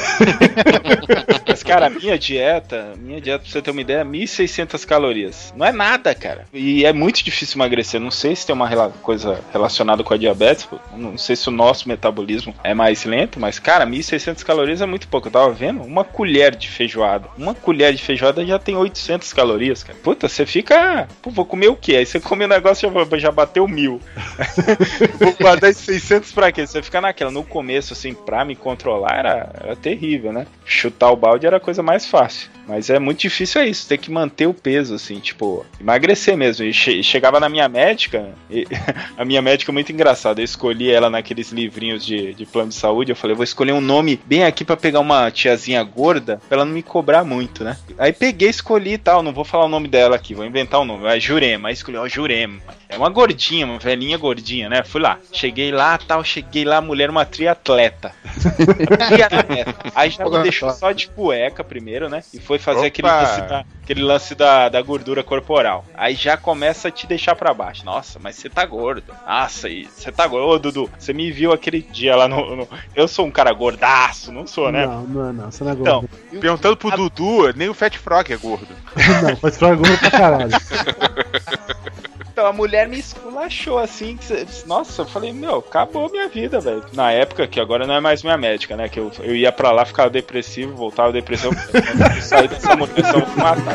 Mas, cara, minha dieta, pra você ter uma ideia, 1.600 calorias. Não é nada, cara. E é muito difícil emagrecer. Não sei se tem uma coisa relacionada com a diabetes. Não sei se o nosso metabolismo é mais lento, mas, cara, 1.600 calorias é muito pouco. Eu tava vendo uma colher de feijoada. Uma colher de feijoada já tem 800 calorias, cara. Puta, você fica... Pô, vou comer o quê? Aí você come um negócio e já bateu 1.000. Vou guardar 600 pra quê? Você fica naquela. No começo, assim, pra me controlar, era terrível, né? Chutar o balde era a coisa mais fácil. Mas é muito difícil isso, ter que manter o peso, assim, tipo, emagrecer mesmo. E chegava na minha médica, a minha médica é muito engraçada, eu escolhi ela naqueles livrinhos de plano de saúde, eu falei, vou escolher um nome bem aqui pra pegar uma tiazinha gorda, pra ela não me cobrar muito, né? Aí peguei, escolhi e tal, não vou falar o nome dela aqui, vou inventar o nome, é Jurema, aí escolhi, Jurema. É uma gordinha, uma velhinha gordinha, né? Fui lá, cheguei lá, a mulher uma triatleta. Aí já me deixou só de cueca primeiro, né? E foi fazer aquele lance da gordura corporal. Aí já começa a te deixar pra baixo. Nossa, mas você tá gordo. Nossa, você tá gordo. Ô, Dudu, você me viu aquele dia lá no... Eu sou um cara gordaço, não sou, né? Não, você não é gordo. Então, perguntando pro Dudu, nem o Fat Frog é gordo. Não, o Fat Frog é gordo pra caralho. Então a mulher me esculachou assim, nossa, eu falei, acabou minha vida, velho. Na época, que agora não é mais minha médica, né? Que eu ia pra lá, ficava depressivo, voltava depressivo, sair dessa motivação, vou matar.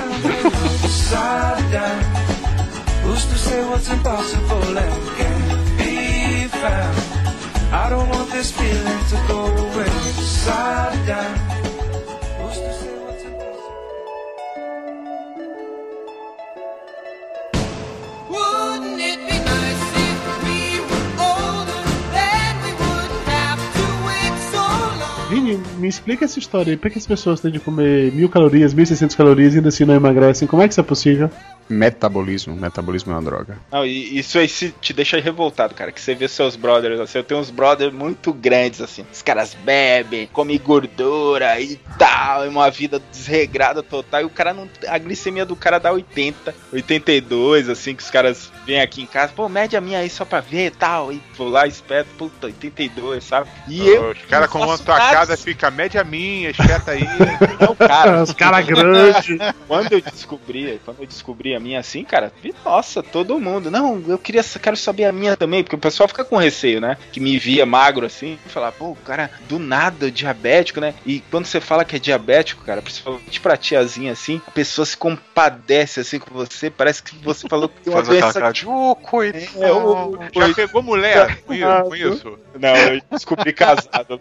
Vini, me explica essa história aí. Por que as pessoas têm de comer 1.000 calorias, 1.600 calorias e ainda assim não emagrecem? Como é que isso é possível? Metabolismo é uma droga. Não, e isso aí te deixa revoltado, cara. Que você vê seus brothers, assim, eu tenho uns brothers muito grandes, assim. Os caras bebem, comem gordura e tal, é uma vida desregrada total. E o cara não. A glicemia do cara dá 80, 82, assim, que os caras vêm aqui em casa, pô, mede a minha aí só pra ver e tal. E vou lá, espeto, puta, 82, sabe? E os caras com a tua casa fica, mede a minha, espeta aí. Não, cara. Os caras grandes. Quando eu descobri a minha assim, cara, nossa, todo mundo, não, quero saber a minha também, porque o pessoal fica com receio, né, que me via magro assim, e falar, pô, o cara, do nada, diabético, né, e quando você fala que é diabético, cara, principalmente pra tiazinha assim, a pessoa se compadece assim com você, parece que você falou que uma doença de coitado. Já pegou mulher com isso? Não, eu descobri casado,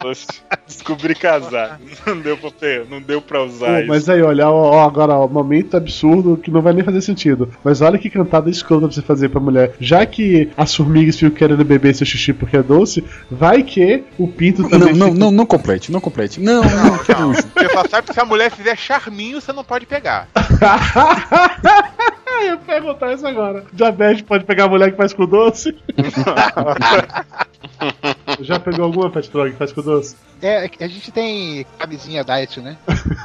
não deu pra usar isso. Mas aí, olha, agora, momento absurdo que não vai nem fazer sentido. Mas olha que cantada escrota pra você fazer pra mulher. Já que as formigas ficam querendo beber seu xixi porque é doce, vai que o pinto também. Não complete. Não, Você só sabe que se a mulher fizer charminho, você não pode pegar. Eu ia perguntar isso agora. Diabetes pode pegar a mulher que faz com doce? Já pegou alguma, Fat Frog, que faz com doce? A gente tem camisinha diet, né?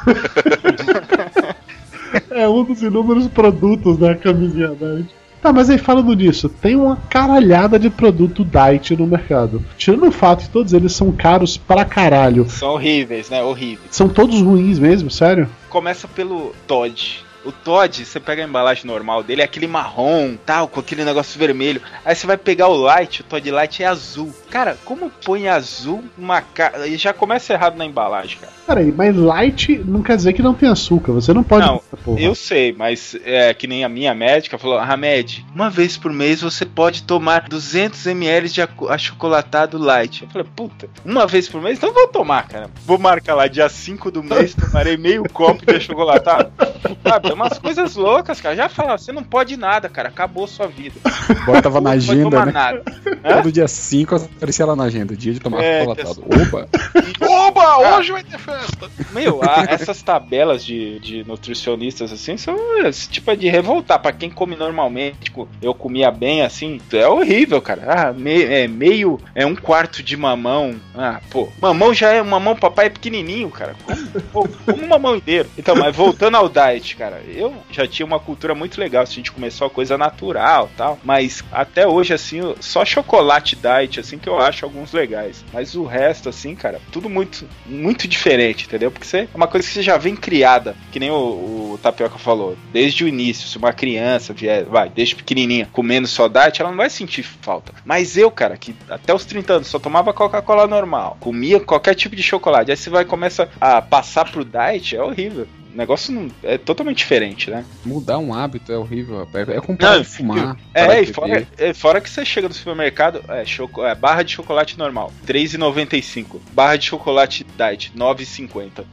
É um dos inúmeros produtos da camisinha diet. Tá, mas aí falando nisso, tem uma caralhada de produto diet no mercado. Tirando o fato que todos eles são caros pra caralho. São horríveis, né? Horríveis. São todos ruins mesmo, sério? Começa pelo Todd. O Todd, você pega a embalagem normal dele, é aquele marrom, tal, com aquele negócio vermelho. Aí você vai pegar o Light, o Todd Light é azul. Cara, como põe azul numa cara... E já começa errado na embalagem, cara. Peraí, mas Light não quer dizer que não tem açúcar. Você não pode... Não, eu sei, mas é que nem a minha médica falou, Hamed, uma vez por mês você pode tomar 200 ml de achocolatado Light. Eu falei, puta, uma vez por mês? Então vou tomar, cara. Vou marcar lá, dia 5 do mês, tomarei meio copo de achocolatado. Sabe, é umas coisas loucas, cara. Já fala, você não pode nada, cara. Acabou sua vida. Botava na agenda, né? Nada. Todo dia 5 aparecia lá na agenda, dia de tomar achocolatado. Opa! Oba, hoje vai ter festa! Meu, essas tabelas de nutricionistas, assim, são tipo de revoltar. Pra quem come normalmente, tipo, eu comia bem, assim, é horrível, cara. Meio, um quarto de mamão. Mamão já é, mamão papai é pequenininho, cara. Como um mamão inteiro. Então, mas voltando ao diet, cara, eu já tinha uma cultura muito legal, assim, a gente começou a coisa natural e tal, mas até hoje, assim, só chocolate diet, assim, que eu acho alguns legais. Mas o resto, assim, cara, tudo muito, muito diferente, entendeu? Porque é uma coisa que você já vem criada, que nem o Tapioca falou, desde o início. Se uma criança vier, desde pequenininha, comendo só diet, ela não vai sentir falta. Mas eu, cara, que até os 30 anos só tomava Coca-Cola normal, comia qualquer tipo de chocolate, aí você começa a passar pro diet, é horrível. O negócio é totalmente diferente, né? Mudar um hábito é horrível, rapaz. É comprar de fumar. Fora que você chega no supermercado, barra de chocolate normal, R$3,95. Barra de chocolate diet, R$9,50.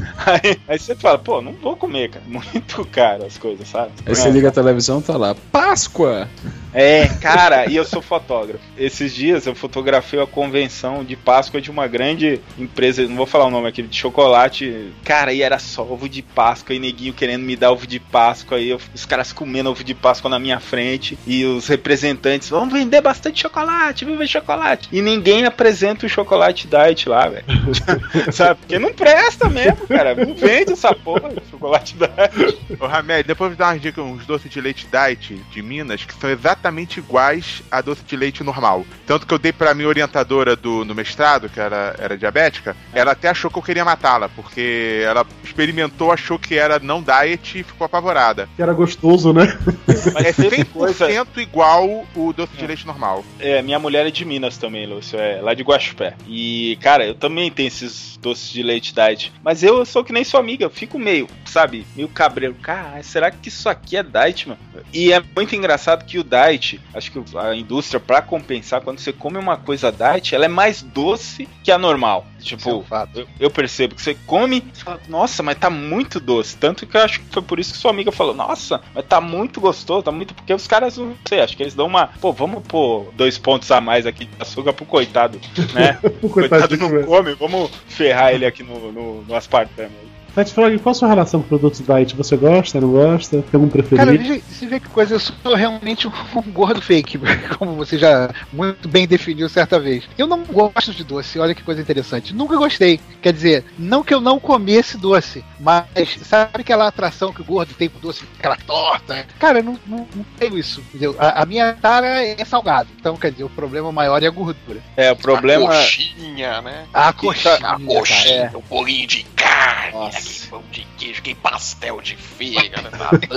Aí você fala, pô, não vou comer, cara. Muito caro as coisas, sabe? Aí você liga a televisão, tá lá, Páscoa! Cara, e eu sou fotógrafo. Esses dias eu fotografei a convenção de Páscoa de uma grande empresa, não vou falar o nome aqui, de chocolate. Cara, e era só ovo de Páscoa e neguinho querendo me dar ovo de Páscoa, e os caras comendo ovo de Páscoa na minha frente, e os representantes, vamos vender bastante chocolate, vamos vender chocolate. E ninguém apresenta o chocolate diet lá, velho. Sabe? Porque não presta mesmo, cara. Não vende essa porra de chocolate diet. Ô, Hamed, depois me dá umas dicas, uns doces de leite diet de Minas, que são exatamente iguais a doce de leite normal. Tanto que eu dei pra minha orientadora no mestrado, que era diabética, ela até achou que eu queria matá-la, porque ela experimentou, achou que era não diet e ficou apavorada. Que era gostoso, né? É 100% igual o doce de leite normal. Minha mulher é de Minas também, Lúcio, lá de Guaxupé. E, cara, eu também tenho esses doces de leite diet, mas eu sou que nem sua amiga, eu fico meio cabreiro. Cara, será que isso aqui é diet, mano? E é muito engraçado que o diet, acho que a indústria, pra compensar, quando você come uma coisa diet, ela é mais doce que a normal. Tipo, eu percebo que você come e fala, nossa, mas tá muito doce. Tanto que eu acho que foi por isso que sua amiga falou, nossa, mas tá muito gostoso, tá muito... Porque os caras, não sei, acho que eles dão uma... Pô, vamos pôr 2 pontos a mais aqui de açúcar pro coitado, né? O coitado não come, vamos ferrar ele aqui no aspartame. Fat Frog, qual a sua relação com produtos diet? Você gosta, não gosta? Tem algum preferido? Cara, você vê que coisa, eu sou realmente um gordo fake, como você já muito bem definiu certa vez. Eu não gosto de doce, olha que coisa interessante. Nunca gostei. Quer dizer, não que eu não comesse doce, mas sabe aquela atração que o gordo tem com doce, aquela torta? Cara, eu não tenho isso, entendeu? A minha tara é salgado. Então, quer dizer, o problema maior é a gordura. O problema... A coxinha, né? A coxinha, o bolinho de carne. Nossa. Pão de queijo, que pastel de fígado,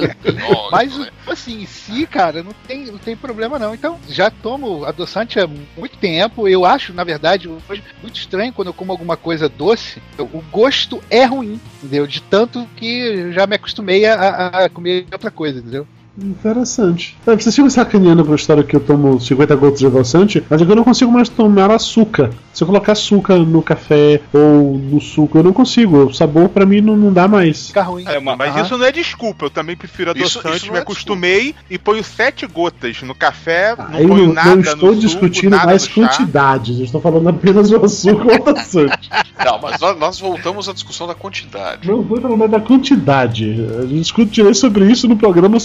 mas assim, em si, cara, não tem problema não. Então, já tomo adoçante há muito tempo. Eu acho, na verdade, hoje muito estranho quando eu como alguma coisa doce. O gosto é ruim, entendeu? De tanto que já me acostumei a comer outra coisa, entendeu? Interessante. Vocês ficam sacaneando com a história que eu tomo 50 gotas de adoçante, mas eu não consigo mais tomar açúcar. Se eu colocar açúcar no café ou no suco, eu não consigo. O sabor pra mim não dá mais. Fica ruim. Mas isso não é desculpa. Eu também prefiro adoçante, isso me acostumei e ponho 7 gotas no café, não ponho nada no suco. Eu não estou discutindo mais quantidades. Eu estou falando apenas do açúcar ou adoçante. Não, mas nós voltamos à discussão da quantidade. Não vou falar da quantidade. A gente discutirei sobre isso no programa sobre as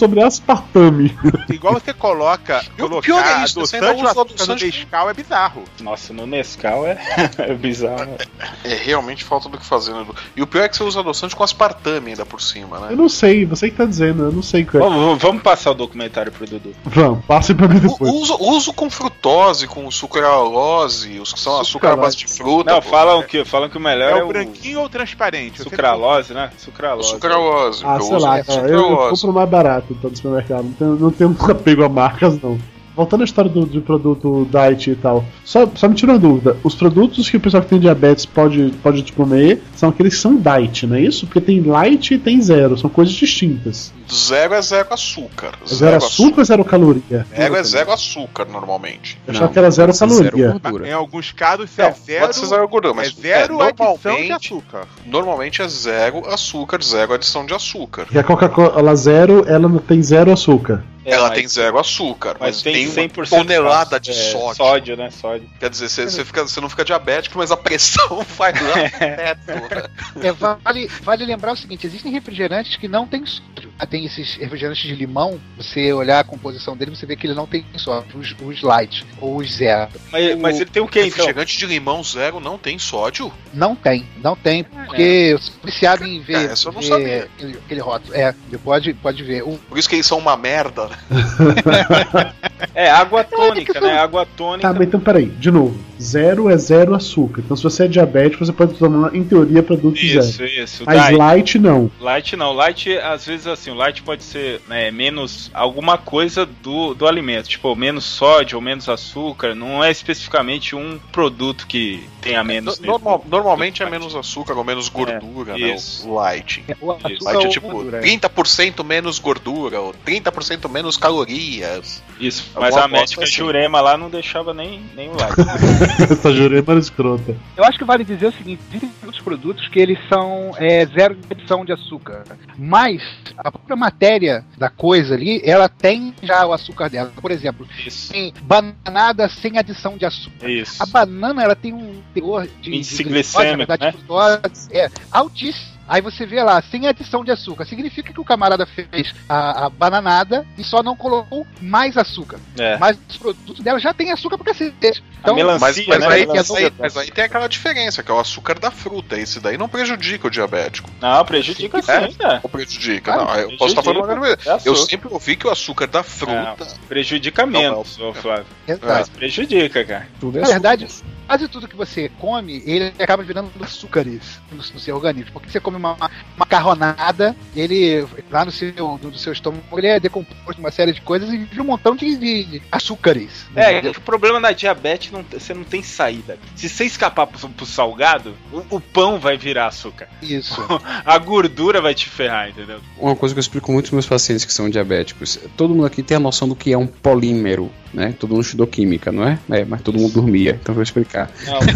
aspartame. Igual você colocar pior é isso, você ainda adoçante, usa o açúcar no adoçante. Nescau é bizarro. Nossa, no Nescau é bizarro. É realmente falta do que fazer, né? E o pior é que você usa adoçante com aspartame ainda por cima, né? Eu não sei, você que tá dizendo, eu não sei qual é. Vamos passar o documentário pro Dudu. Vamos, passe pra mim depois. Uso com frutose, com sucralose, os que são açúcar à base de fruta. Não, pô. falam que o melhor É é o branquinho ou transparente? Eu sucralose, né? Sucralose. Sucralose. Ah, eu sei uso lá, é cara, eu sucralose. compro mais barato então, no supermercado. Não tenho apego a marcas, não. Voltando à história do produto diet e tal, só me tira uma dúvida. Os produtos que o pessoal que tem diabetes pode comer são aqueles que são diet, não é isso? Porque tem light e tem zero, são coisas distintas. Zero é zero açúcar. Zero açúcar ou zero caloria? Zero é zero açúcar, normalmente. Eu achava que era zero caloria. Em alguns casos, se é zero, pode ser zero gordura, mas é zero adição de normalmente, açúcar. normalmente é zero açúcar, zero adição de açúcar. E a Coca-Cola zero, ela não tem zero açúcar. Ela tem zero açúcar, mas tem uma 100% tonelada de sódio. Sódio, né? Sódio. Quer dizer, você não fica diabético, mas a pressão vai lá pro teto. Vale lembrar o seguinte, existem refrigerantes que não tem sódio. Tem esses refrigerantes de limão, você olhar a composição dele, você vê que ele não tem sódio, os light ou os zero. Mas ele tem o que então? Refrigerante de limão zero não tem sódio? Não tem, porque eu sou viciado em ver, Essa eu não sabia. aquele rótulo. Pode ver. Por isso que eles são uma merda, né? É água tônica, né? Água tônica. Tá, mas então peraí, de novo. Zero é zero açúcar. Então se você é diabético, você pode tomar, em teoria, produto zero. Isso. Mas light não. Light não. Light, às vezes, assim, o light pode ser menos alguma coisa do alimento. Tipo, menos sódio ou menos açúcar. Não é especificamente um produto que tenha menos. Normalmente é menos açúcar ou menos gordura, né? O light. O açúcar Light é ou tipo gordura, 30% menos gordura ou 30% menos calorias. Isso, mas a médica Jurema lá não deixava nem o light. Essa Jurema era escrota. Eu acho que vale dizer o seguinte, existem muitos produtos que eles são zero adição de açúcar, mas a própria matéria da coisa ali, ela tem já o açúcar dela. Por exemplo, tem bananada sem adição de açúcar. Isso. A banana, ela tem um teor de glicêmico, né? Altíssimo. Aí você vê lá, sem adição de açúcar. Significa que o camarada fez a bananada e só não colocou mais açúcar. Mas os produtos dela já tem açúcar pra cacete. Então, mas aí tem aquela diferença, que é o açúcar da fruta. Esse daí não prejudica o diabético. Não, prejudica sim, né? Ou prejudica? Não, eu posso estar falando uma coisa. Eu sempre ouvi que o açúcar da fruta... prejudica menos, Flávio. Mas prejudica, cara. Na verdade, quase tudo que você come, ele acaba virando açúcares no seu organismo. Porque você come uma macarronada, ele lá no seu estômago, ele é decomposto uma série de coisas e vira um montão de açúcares. O problema da diabetes, você não tem saída. Se você escapar pro salgado, o pão vai virar açúcar. Isso. A gordura vai te ferrar, entendeu? Uma coisa que eu explico muito aos meus pacientes que são diabéticos, todo mundo aqui tem a noção do que é um polímero, né? Todo mundo estudou química, não é? Mas todo mundo dormia, então eu vou explicar.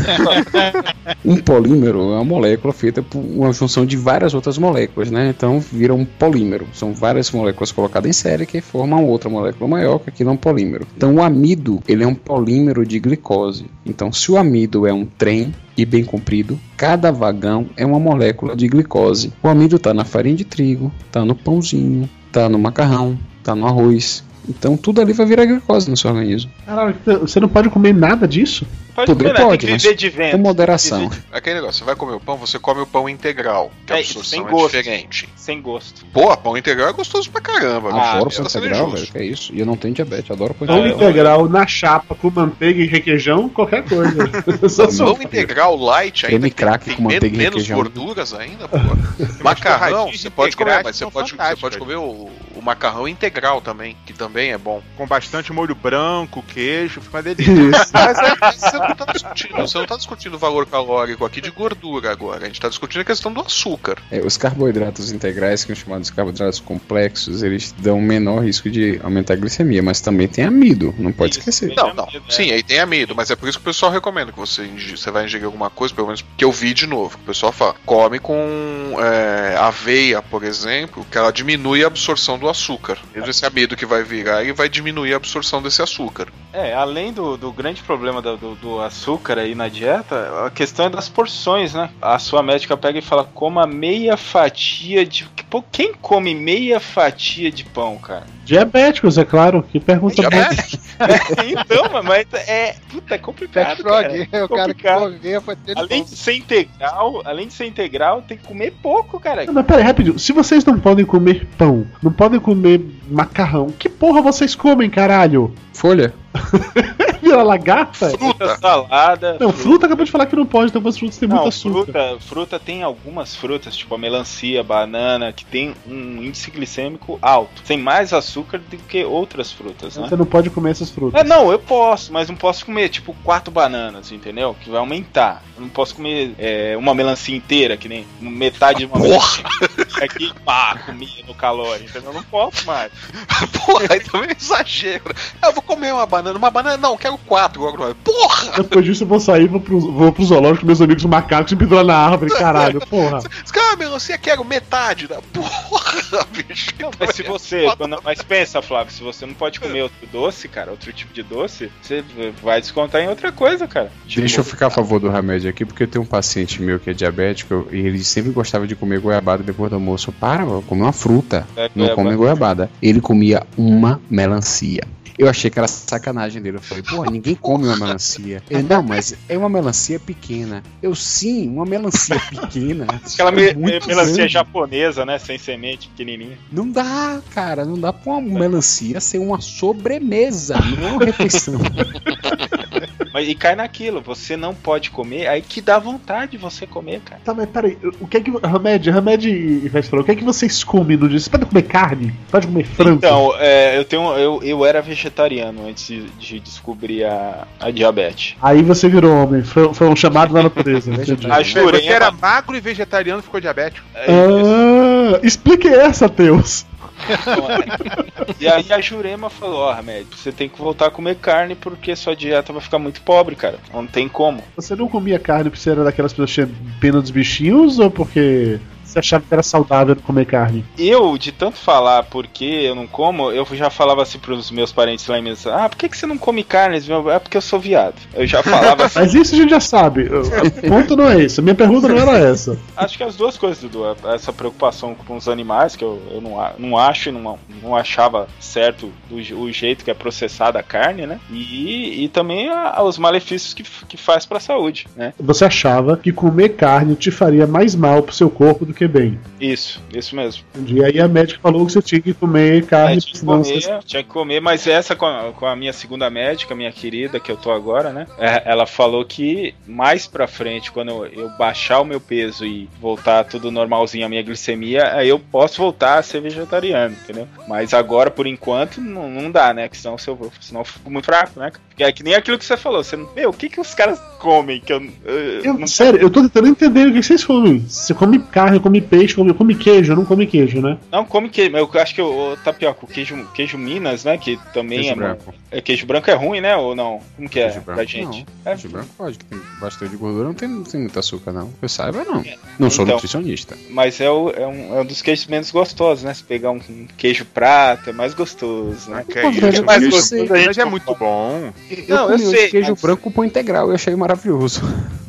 Um polímero é uma molécula feita por uma junção de várias outras moléculas, né? Então vira um polímero. São várias moléculas colocadas em série que formam outra molécula maior, que aquilo é um polímero. Então o amido, ele é um polímero de glicose. Então se o amido é um trem e bem comprido, cada vagão é uma molécula de glicose. O amido está na farinha de trigo, está no pãozinho, está no macarrão, está no arroz. Então tudo ali vai virar glicose no seu organismo. Caralho, você não pode comer nada disso? Pode, mas com moderação. Aquele negócio, você vai comer o pão, você come o pão integral, que a absorção é diferente. Sem gosto. Pô, pão integral é gostoso pra caramba. Adoro pão integral, velho, que é isso. E eu não tenho diabetes, adoro pão integral. Pão integral na chapa com manteiga e requeijão, qualquer coisa. Pão integral light ainda tem com menos gorduras ainda, pô. Macarrão, você pode comer, mas você pode comer o macarrão integral também, que também é bom. Com bastante molho branco, queijo, fica uma delícia. Mas você não tá discutindo o valor calórico aqui de gordura agora. A gente tá discutindo a questão do açúcar. Os carboidratos integrais, que são chamados carboidratos complexos, eles dão menor risco de aumentar a glicemia, mas também tem amido, não pode esquecer. Não. Sim, aí tem amido, mas é por isso que o pessoal recomenda que você vai ingerir alguma coisa, pelo menos que eu vi de novo, que o pessoal fala, come com aveia, por exemplo, que ela diminui a absorção do açúcar. Mesmo esse amido que vai virar, ele vai diminuir a absorção desse açúcar. Além do grande problema do açúcar aí na dieta, a questão é das porções, né? A sua médica pega e fala, coma meia fatia de... Pô, quem come meia fatia de pão, cara? Diabéticos, é claro, que pergunta boa. Então, mas é complicado, cara. É o cara que comeu, além de ser integral, tem que comer pouco, cara. Não, mas peraí, rapidinho. Se vocês não podem comer pão, não podem comer macarrão, que porra vocês comem, caralho? Folha. Vira lagarta? Fruta, salada. Não, fruta acabou de falar que não pode, então as frutas têm muito açúcar. Fruta tem algumas frutas, tipo a melancia, banana, que tem um índice glicêmico alto. Tem mais açúcar do que outras frutas, né? Você não pode comer essas frutas. Não, eu posso, mas não posso comer, tipo, 4 bananas, entendeu? Que vai aumentar. Eu não posso comer uma melancia inteira, que nem metade de uma melancia. Aqui, comia no calor, entendeu? Eu não posso mais. Porra, aí também é exagero. Eu vou comer uma banana não, quero 4 agora. Porra! Depois disso eu vou sair, vou pro zoológico com meus amigos macacos e pendurar na árvore, caralho, porra. Melancia, quero metade da porra, bicho. Mas se você, mas pensa, Flávio, se você não pode comer outro doce, cara, outro tipo de doce, você vai descontar em outra coisa, cara. Tipo, deixa eu ficar a favor do remédio aqui, porque eu tenho um paciente meu que é diabético e ele sempre gostava de comer goiabada depois do almoço. Vou comer uma fruta, não come goiabada. Ele comia uma melancia. Eu achei que era sacanagem dele. Eu falei, porra, ninguém come uma melancia. Ele, não, mas é uma melancia pequena. Eu, sim, uma melancia pequena. Aquela melancia japonesa, né? Sem semente, pequenininha. Não dá, cara. Não dá pra uma melancia ser uma sobremesa. Não é uma refeição. E cai naquilo, você não pode comer, aí que dá vontade de você comer, cara. Tá, mas peraí, o que é que... Remédio e Vesper, o que é que vocês comem no dia? Você pode comer carne? Pode comer frango? Então, eu era vegetariano antes de descobrir a diabetes. Aí você virou homem, foi um chamado da natureza. Você era magro e vegetariano e ficou diabético. Explique essa, Teus. E aí a Jurema falou, remédio, você tem que voltar a comer carne porque sua dieta vai ficar muito pobre, cara. Não tem como. Você não comia carne porque você era daquelas pessoas que tinham pena dos bichinhos ou porque você achava que era saudável comer carne? Eu, de tanto falar porque eu não como, eu já falava assim pros meus parentes lá em Minas, por que você não come carne? É porque eu sou viado. Eu já falava assim. Mas isso a gente já sabe. O ponto não é esse. A minha pergunta não era essa. Acho que as duas coisas, Dudu. Essa preocupação com os animais, que eu não acho e não achava certo o jeito que é processada a carne, né? E também os malefícios que faz pra saúde, né? Você achava que comer carne te faria mais mal pro seu corpo do que bem. Isso mesmo. E aí a médica falou que você tinha que comer carne. Tinha que comer, mas essa com a minha segunda médica, minha querida, que eu tô agora, né? Ela falou que mais pra frente, quando eu baixar o meu peso e voltar tudo normalzinho, a minha glicemia, aí eu posso voltar a ser vegetariano, entendeu? Mas agora, por enquanto, não dá, né? Senão eu fico muito fraco, né? É que nem aquilo que você falou. O que os caras comem? Sério, eu tô tentando entender o que vocês comem. Você come carne, come peixe, come queijo, não come queijo, né? Não, come queijo, mas eu acho que o tapioca, o queijo Minas, né? Que também queijo branco. Queijo branco é ruim, né? Ou não? Como que é pra gente? Queijo branco pode, que tem bastante gordura, não tem muito açúcar, não. Eu saiba, não. Não sou nutricionista. Mas é um dos queijos menos gostosos, né? Se pegar um queijo prata, é mais gostoso, né? Queijo mais gostoso, é muito bom. Eu sei. Queijo branco com pão integral, eu achei maravilhoso.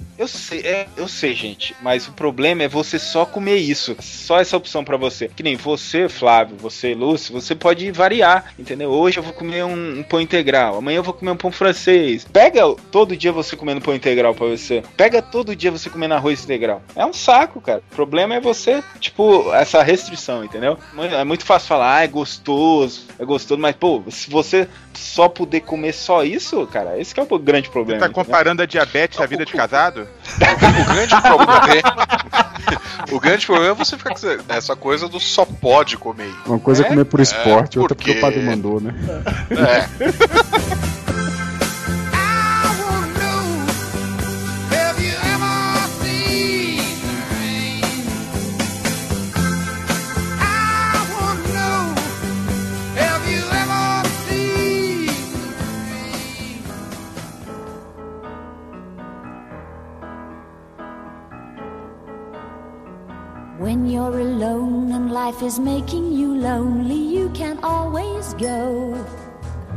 Eu sei, gente, mas o problema é você só comer isso, só essa opção pra você. Que nem você, Flávio, você, Lúcio, você pode variar, entendeu? Hoje eu vou comer um pão integral, amanhã eu vou comer um pão francês. Pega todo dia você comendo pão integral pra você, pega todo dia você comendo arroz integral. É um saco, cara. O problema é você, essa restrição, entendeu? É muito fácil falar, é gostoso, mas, pô, se você só poder comer só isso, cara, esse que é o grande problema. Você tá comparando a diabetes à vida de casado? O grande problema é você ficar com essa coisa do só pode comer. Uma coisa é comer por esporte, outra porque o padre mandou, né? When you're alone and life is making you lonely, you can always go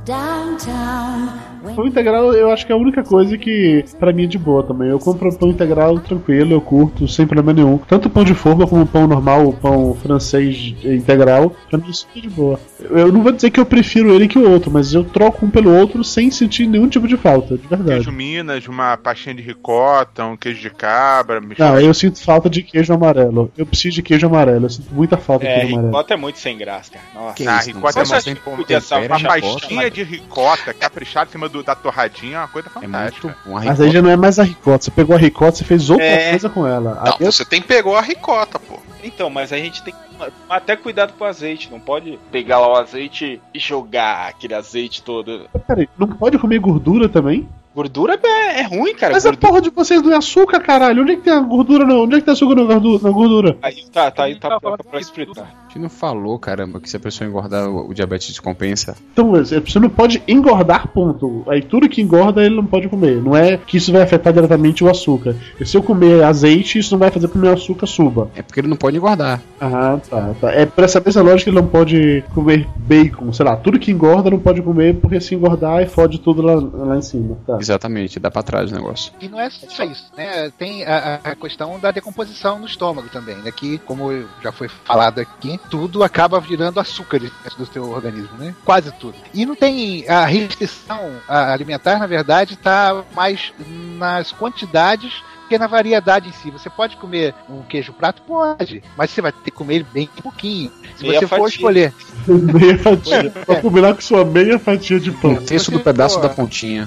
downtown. Pão integral eu acho que é a única coisa que pra mim é de boa também. Eu compro pão integral tranquilo, eu curto, sem problema nenhum. Tanto pão de forma como pão normal, o pão francês integral, pra mim isso é de boa. Eu não vou dizer que eu prefiro ele que o outro, mas eu troco um pelo outro sem sentir nenhum tipo de falta, de verdade. Queijo Minas, uma pastinha de ricota, um queijo de cabra. Não, eu sinto falta de queijo amarelo. Eu preciso de queijo amarelo, eu sinto muita falta de queijo amarelo. Ricota é muito sem graça, cara. Nossa. A ricota é muito podia ser uma pastinha de ricota caprichada em cima da torradinha, é uma coisa fantástica. Mas aí já não é mais a ricota. Você pegou a ricota, você fez outra coisa com ela. Não, você pegou a ricota, pô. Então, mas a gente tem que tomar até cuidado com o azeite. Não pode pegar lá o azeite e jogar aquele azeite todo. Peraí, não pode comer gordura também? Gordura é ruim, cara. Mas gordura... a porra de vocês não é açúcar, caralho. Onde é que tem a gordura, não? Onde é que tem açúcar na gordura? Aí tá pra explicar. A gente não falou, caramba, que se a pessoa engordar, o diabetes descompensa. Então, você não pode engordar, ponto. Aí tudo que engorda, ele não pode comer. Não é que isso vai afetar diretamente o açúcar. E se eu comer azeite, isso não vai fazer com que o meu açúcar suba. É porque ele não pode engordar. Ah, tá. É por essa mesma lógica que ele não pode comer bacon. Sei lá, tudo que engorda não pode comer, porque se engordar, fode tudo lá em cima. Tá. Exatamente, dá pra trás o negócio. E não é só isso, né? Tem a questão da decomposição no estômago também, né? Que, como já foi falado aqui, tudo acaba virando açúcar do seu organismo, né? Quase tudo. E não tem a restrição alimentar, na verdade, tá mais nas quantidades que na variedade em si. Você pode comer um queijo prato? Pode, mas você vai ter que comer ele bem pouquinho. Se meia você for fatia. escolher meia fatia. Pra combinar com sua meia fatia de pão. Um terço do pedaço da pontinha.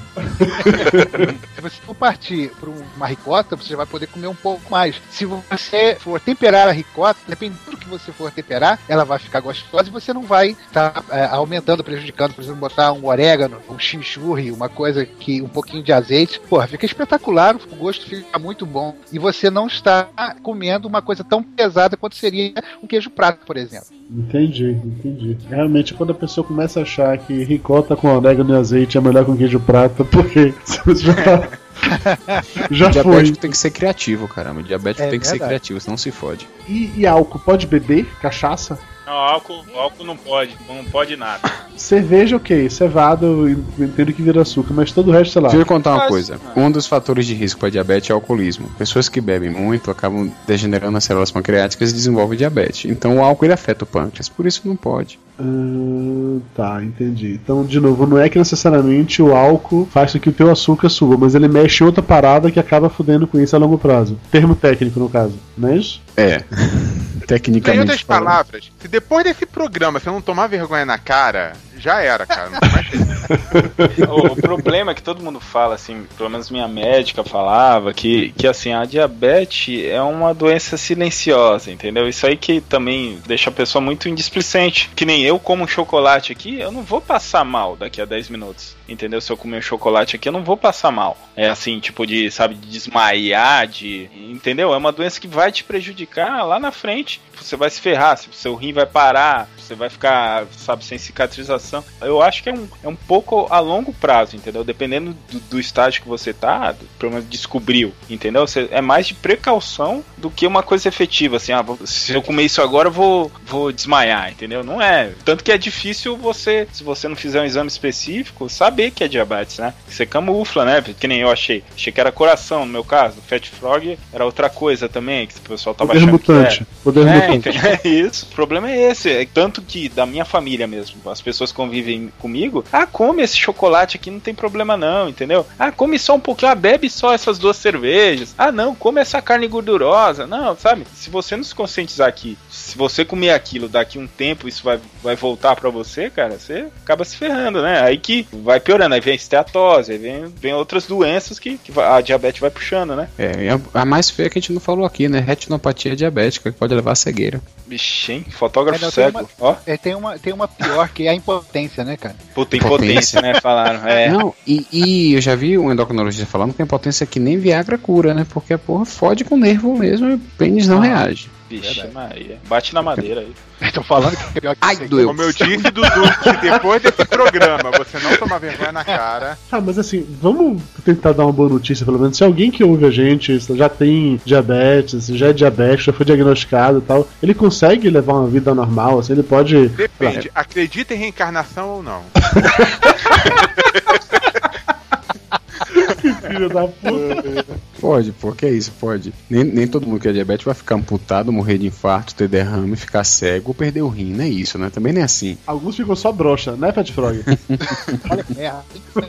Se você for partir para uma ricota, você vai poder comer um pouco mais. Se você for temperar a ricota, dependendo do que você for temperar, ela vai ficar gostosa e você não vai estar aumentando, prejudicando. Por exemplo, botar um orégano, um chimichurri, uma coisa que um pouquinho de azeite. Porra, fica espetacular, o gosto fica muito bom. E você não está comendo uma coisa tão pesada quanto seria um queijo prato, por exemplo. Entendi. Realmente, quando a pessoa começa a achar que ricota com orégano e azeite é melhor que queijo prata, porque já o diabético foi. tem que ser criativo, caramba. O diabético tem que ser criativo, senão se fode. E álcool, pode beber? Cachaça? Não, álcool não pode nada. Cerveja, ok. Cevada, eu entendo que vira açúcar, mas todo o resto, sei lá. Deixa eu contar uma coisa. Um dos fatores de risco para diabetes é o alcoolismo. Pessoas que bebem muito acabam degenerando as células pancreáticas e desenvolvem diabetes. Então o álcool ele afeta o pâncreas, por isso não pode. Tá, entendi. Então, de novo, não é que necessariamente o álcool faz com que o teu açúcar suba, mas ele mexe em outra parada que acaba fudendo com isso a longo prazo. Termo técnico, no caso, não é isso? É. Tecnicamente. Em outras palavras, se depois desse programa você não tomar vergonha na cara, já era, cara. Não mais o problema é que todo mundo fala, assim, pelo menos minha médica falava, que assim, a diabetes é uma doença silenciosa, entendeu? Isso aí que também deixa a pessoa muito indisplicente. Que nem eu como um chocolate aqui, eu não vou passar mal daqui a 10 minutos. Entendeu? Se eu comer um chocolate aqui, eu não vou passar mal. É assim, tipo de, sabe, de desmaiar, entendeu? É uma doença que vai te prejudicar lá na frente. Você vai se ferrar, seu rim vai parar, você vai ficar, sabe, sem cicatrização. Eu acho que é um pouco a longo prazo, entendeu? Dependendo do estágio que você tá, pelo menos descobriu, entendeu? É mais de precaução do que uma coisa efetiva, assim, se eu comer isso agora, eu vou desmaiar, entendeu? Não é. Tanto que é difícil você, se você não fizer um exame específico, saber que é diabetes, né? Você camufla, né? Que nem eu achei que era coração, no meu caso. Fat Frog era outra coisa também, que o pessoal tava achando mutante. Poder mutante. É isso. O problema é esse. É tanto que da minha família mesmo, as pessoas que convivem comigo, come esse chocolate aqui, não tem problema não, entendeu? Come só um pouquinho, bebe só essas 2 cervejas. Não, come essa carne gordurosa. Não, sabe? Se você não se conscientizar aqui, se você comer aquilo daqui um tempo, isso vai voltar pra você, cara, você acaba se ferrando, né? Aí que vai piorando, aí vem esteatose, aí vem outras doenças que a diabetes vai puxando, né? A mais feia que a gente não falou aqui, né? Retinopatia diabética, que pode levar a cegueira. Vixe, hein? Fotógrafo cego. Tem uma pior que é a impotência, né, cara? Puta, impotência, né? Falaram. Não, e eu já vi um endocrinologista falando que a impotência que nem Viagra cura, né? Porque a porra fode com o nervo mesmo e o pênis não reage. Vixe, Maria. Bate na madeira aí. Estão falando que é pior que Ai, doeu. Como eu disse, Dudu, que depois desse programa você não tomar vergonha na cara. Ah, mas assim, vamos tentar dar uma boa notícia, pelo menos. Se alguém que ouve a gente já tem diabetes, já é diabético, já foi diagnosticado e tal, ele consegue levar uma vida normal, assim, ele pode... Depende, acredita em reencarnação ou não? Filho da puta. Pode, pô, que é isso, pode. Nem todo mundo que é diabético vai ficar amputado, morrer de infarto, ter derrame, ficar cego ou perder o rim, não é isso, né? Também não é assim. Alguns ficam só broxa, né, Fat Frog? Olha que merda.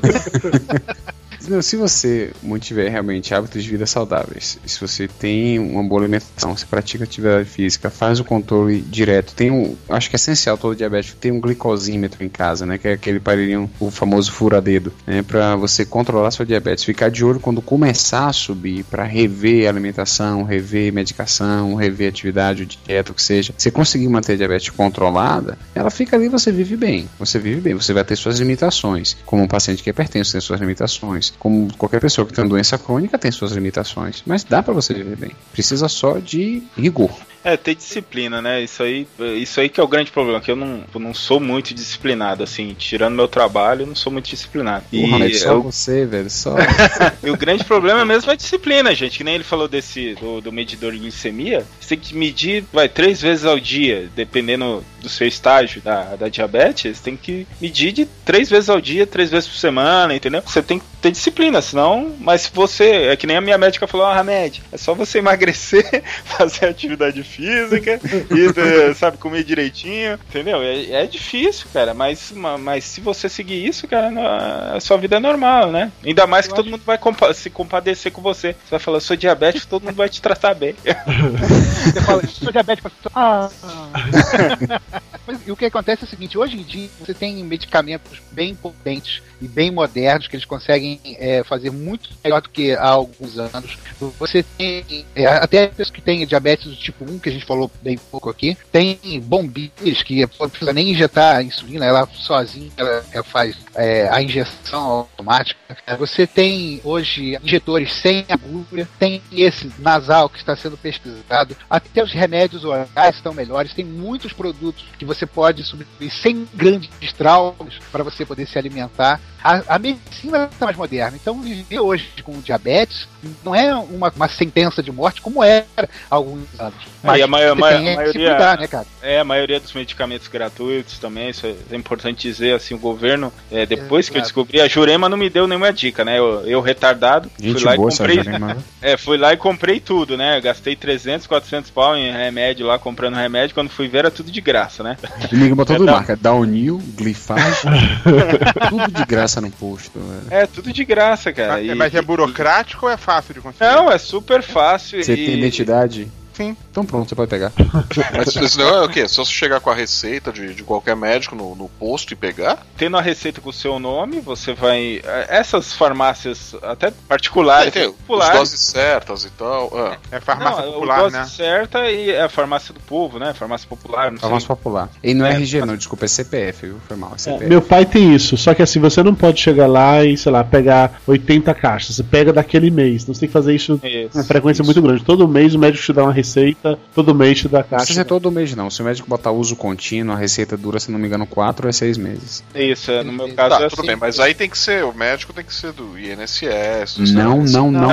Se você mantiver realmente hábitos de vida saudáveis, se você tem uma boa alimentação, se pratica atividade física, faz o controle direto, acho que é essencial todo diabético ter um glicosímetro em casa, né, que é aquele aparelhinho, o famoso fura-dedo, né, para você controlar sua diabetes, ficar de olho quando começar a subir, para rever a alimentação, rever medicação, rever atividade, dieta, o que seja. Se conseguir manter a diabetes controlada, ela fica ali, você vive bem, você vai ter suas limitações, como um paciente que é hipertenso tem suas limitações, como qualquer pessoa que tem doença crônica tem suas limitações, mas dá pra você viver bem. Precisa só de rigor. Ter disciplina, né? Isso aí que é o grande problema, que eu não sou muito disciplinado, assim, tirando meu trabalho, eu não sou muito disciplinado. Porra, só você, velho, só... E o grande problema mesmo é a disciplina, gente, que nem ele falou do medidor de glicemia, você tem que medir, 3 vezes ao dia, dependendo do seu estágio da diabetes, tem que medir de 3 vezes ao dia, 3 vezes por semana, entendeu? Você tem que ter disciplina, senão, mas se você, é que nem a minha médica falou, Hamed, é só você emagrecer, fazer atividade física e, sabe, comer direitinho, entendeu? É difícil, cara, mas se você seguir isso, cara, a sua vida é normal, né? Ainda mais que todo mundo vai se compadecer com você. Você vai falar, eu sou diabético, todo mundo vai te tratar bem. Você fala, eu sou diabético, Mas, e o que acontece é o seguinte, hoje em dia você tem medicamentos bem potentes e bem modernos que eles conseguem fazer muito melhor do que há alguns anos. Você tem até pessoas que têm diabetes do tipo 1, que a gente falou bem pouco aqui, tem bombinhas que não precisa nem injetar a insulina, ela sozinha ela faz a injeção automática. Você tem hoje injetores sem agulha, tem esse nasal que está sendo pesquisado, até os remédios orais estão melhores, tem muitos produtos que você pode substituir sem grandes traumas para você poder se alimentar. A medicina está mais moderna, então viver hoje com diabetes não é uma sentença de morte como era há alguns anos. Mas a maioria, se cuidar, né, cara? A maioria dos medicamentos gratuitos também, isso é importante dizer, assim, o governo, depois que eu descobri, a Jurema não me deu nenhuma dica, né, eu retardado, fui lá e comprei tudo, né, gastei 300, 400 pau em remédio lá, comprando remédio, quando fui ver era tudo de graça, né. O amigo botou tudo marca, Downil, Glifage, tudo de graça no posto. Tudo de graça, cara. Mas é burocrático ou é fácil de conseguir? Não, é super fácil. Você tem identidade? Sim. Então pronto, você pode pegar. Mas esse negócio é o quê? Só você chegar com a receita de qualquer médico no posto e pegar? Tendo a receita com o seu nome, você vai... Essas farmácias, até particulares... As doses certas e tal. É farmácia popular, dose né? certa e é a farmácia do povo, né? Farmácia popular, não farmácia sei. Popular. E não é RG não, desculpa, é CPF, viu? Foi mal, é CPF. Meu pai tem isso, só que assim, você não pode chegar lá e, sei lá, pegar 80 caixas. Você pega daquele mês. Então você tem que fazer isso uma frequência muito grande. Todo mês o médico te dá uma receita, todo mês te dá caixa. Não precisa ser todo mês não. Se o médico botar uso contínuo, a receita dura, se não me engano, 4 a 6 meses. Isso, no meu caso é tudo assim. bem, mas aí tem que ser, o médico tem que ser do INSS. Não.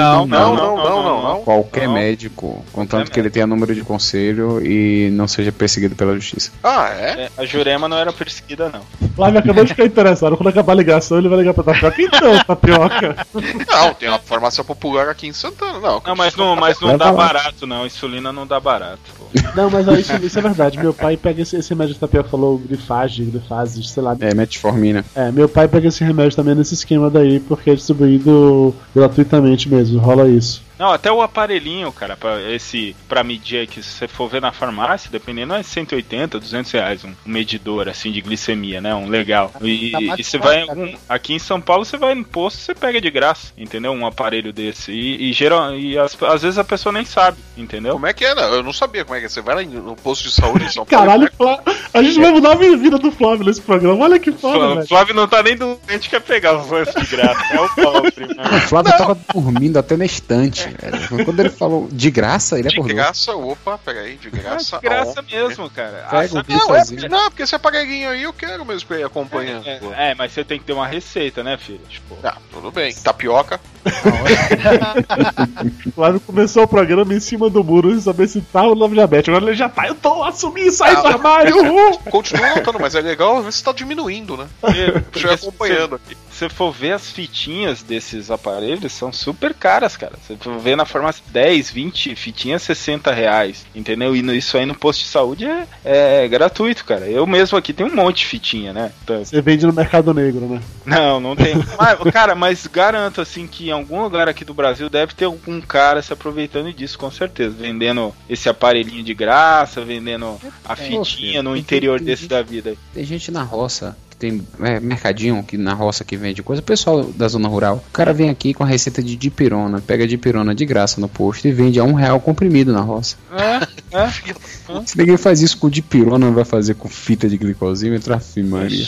Não. Qualquer médico, contanto que ele tenha número de conselho e não seja perseguido pela justiça. A Jurema não era perseguida, não. Flávio acabou de ficar interessado. Quando acabar a ligação, ele vai ligar pra Tapioca. Então, Tapioca. Não, tem uma farmácia popular aqui em Santana, não. Não, mas não dá barato, não. Insulina não dá barato, pô. Não, mas ó, isso é verdade. Meu pai pega esse remédio que o Tapioca falou, Glifage, sei lá. Metformina. Meu pai pega esse remédio também nesse esquema daí, porque é distribuído gratuitamente mesmo. Rola isso. Não, até o aparelhinho, cara, pra medir que se você for ver na farmácia, dependendo, é 180, 200 reais um medidor, assim, de glicemia, né, um legal. E você vai, aqui em São Paulo, você vai no posto, você pega de graça, entendeu? Um aparelho desse. Às vezes a pessoa nem sabe, entendeu? Como é que é? Eu não sabia como é que é. Você vai lá no posto de saúde em São Paulo. Caralho, a gente vai mudar a vida do Flávio nesse programa. Olha que foda, velho. O Flávio não tá nem doente, quer pegar os lances de graça. É o pobre, né? O Flávio tava dormindo até na estante. Quando ele falou de graça, ele acordou. De graça, opa, peraí, de graça. De graça mesmo, cara. Não, porque esse aparelhinho aí eu quero mesmo pra ir acompanhando. Mas você tem que ter uma receita, né, filho? Tipo... tudo bem. Tapioca. O Flávio começou o programa em cima do muro sem saber se tá o novo diabetes. Agora ele já tá. Eu tô assumindo, sai do armário. Continua notando, mas é legal ver se tá diminuindo, né? Deixa eu ir acompanhando aqui. Se for ver as fitinhas desses aparelhos, são super caras, cara. Se for ver na farmácia 10, 20 fitinhas, R$60, entendeu? E isso aí no posto de saúde é gratuito, cara. Eu mesmo aqui tenho um monte de fitinha, né? Então... Você vende no Mercado Negro, né? Não tem. Mas garanto, assim, que em algum lugar aqui do Brasil deve ter algum cara se aproveitando disso, com certeza. Vendendo esse aparelhinho de graça, vendendo a fitinha no interior desse da vida. Tem gente na roça. Tem mercadinho aqui na roça que vende coisa, o pessoal da zona rural, o cara vem aqui com a receita de dipirona, pega dipirona de graça no posto e vende a R$1 comprimido na roça. Se ninguém faz isso com dipirona, não vai fazer com fita de glicosímetro, Maria.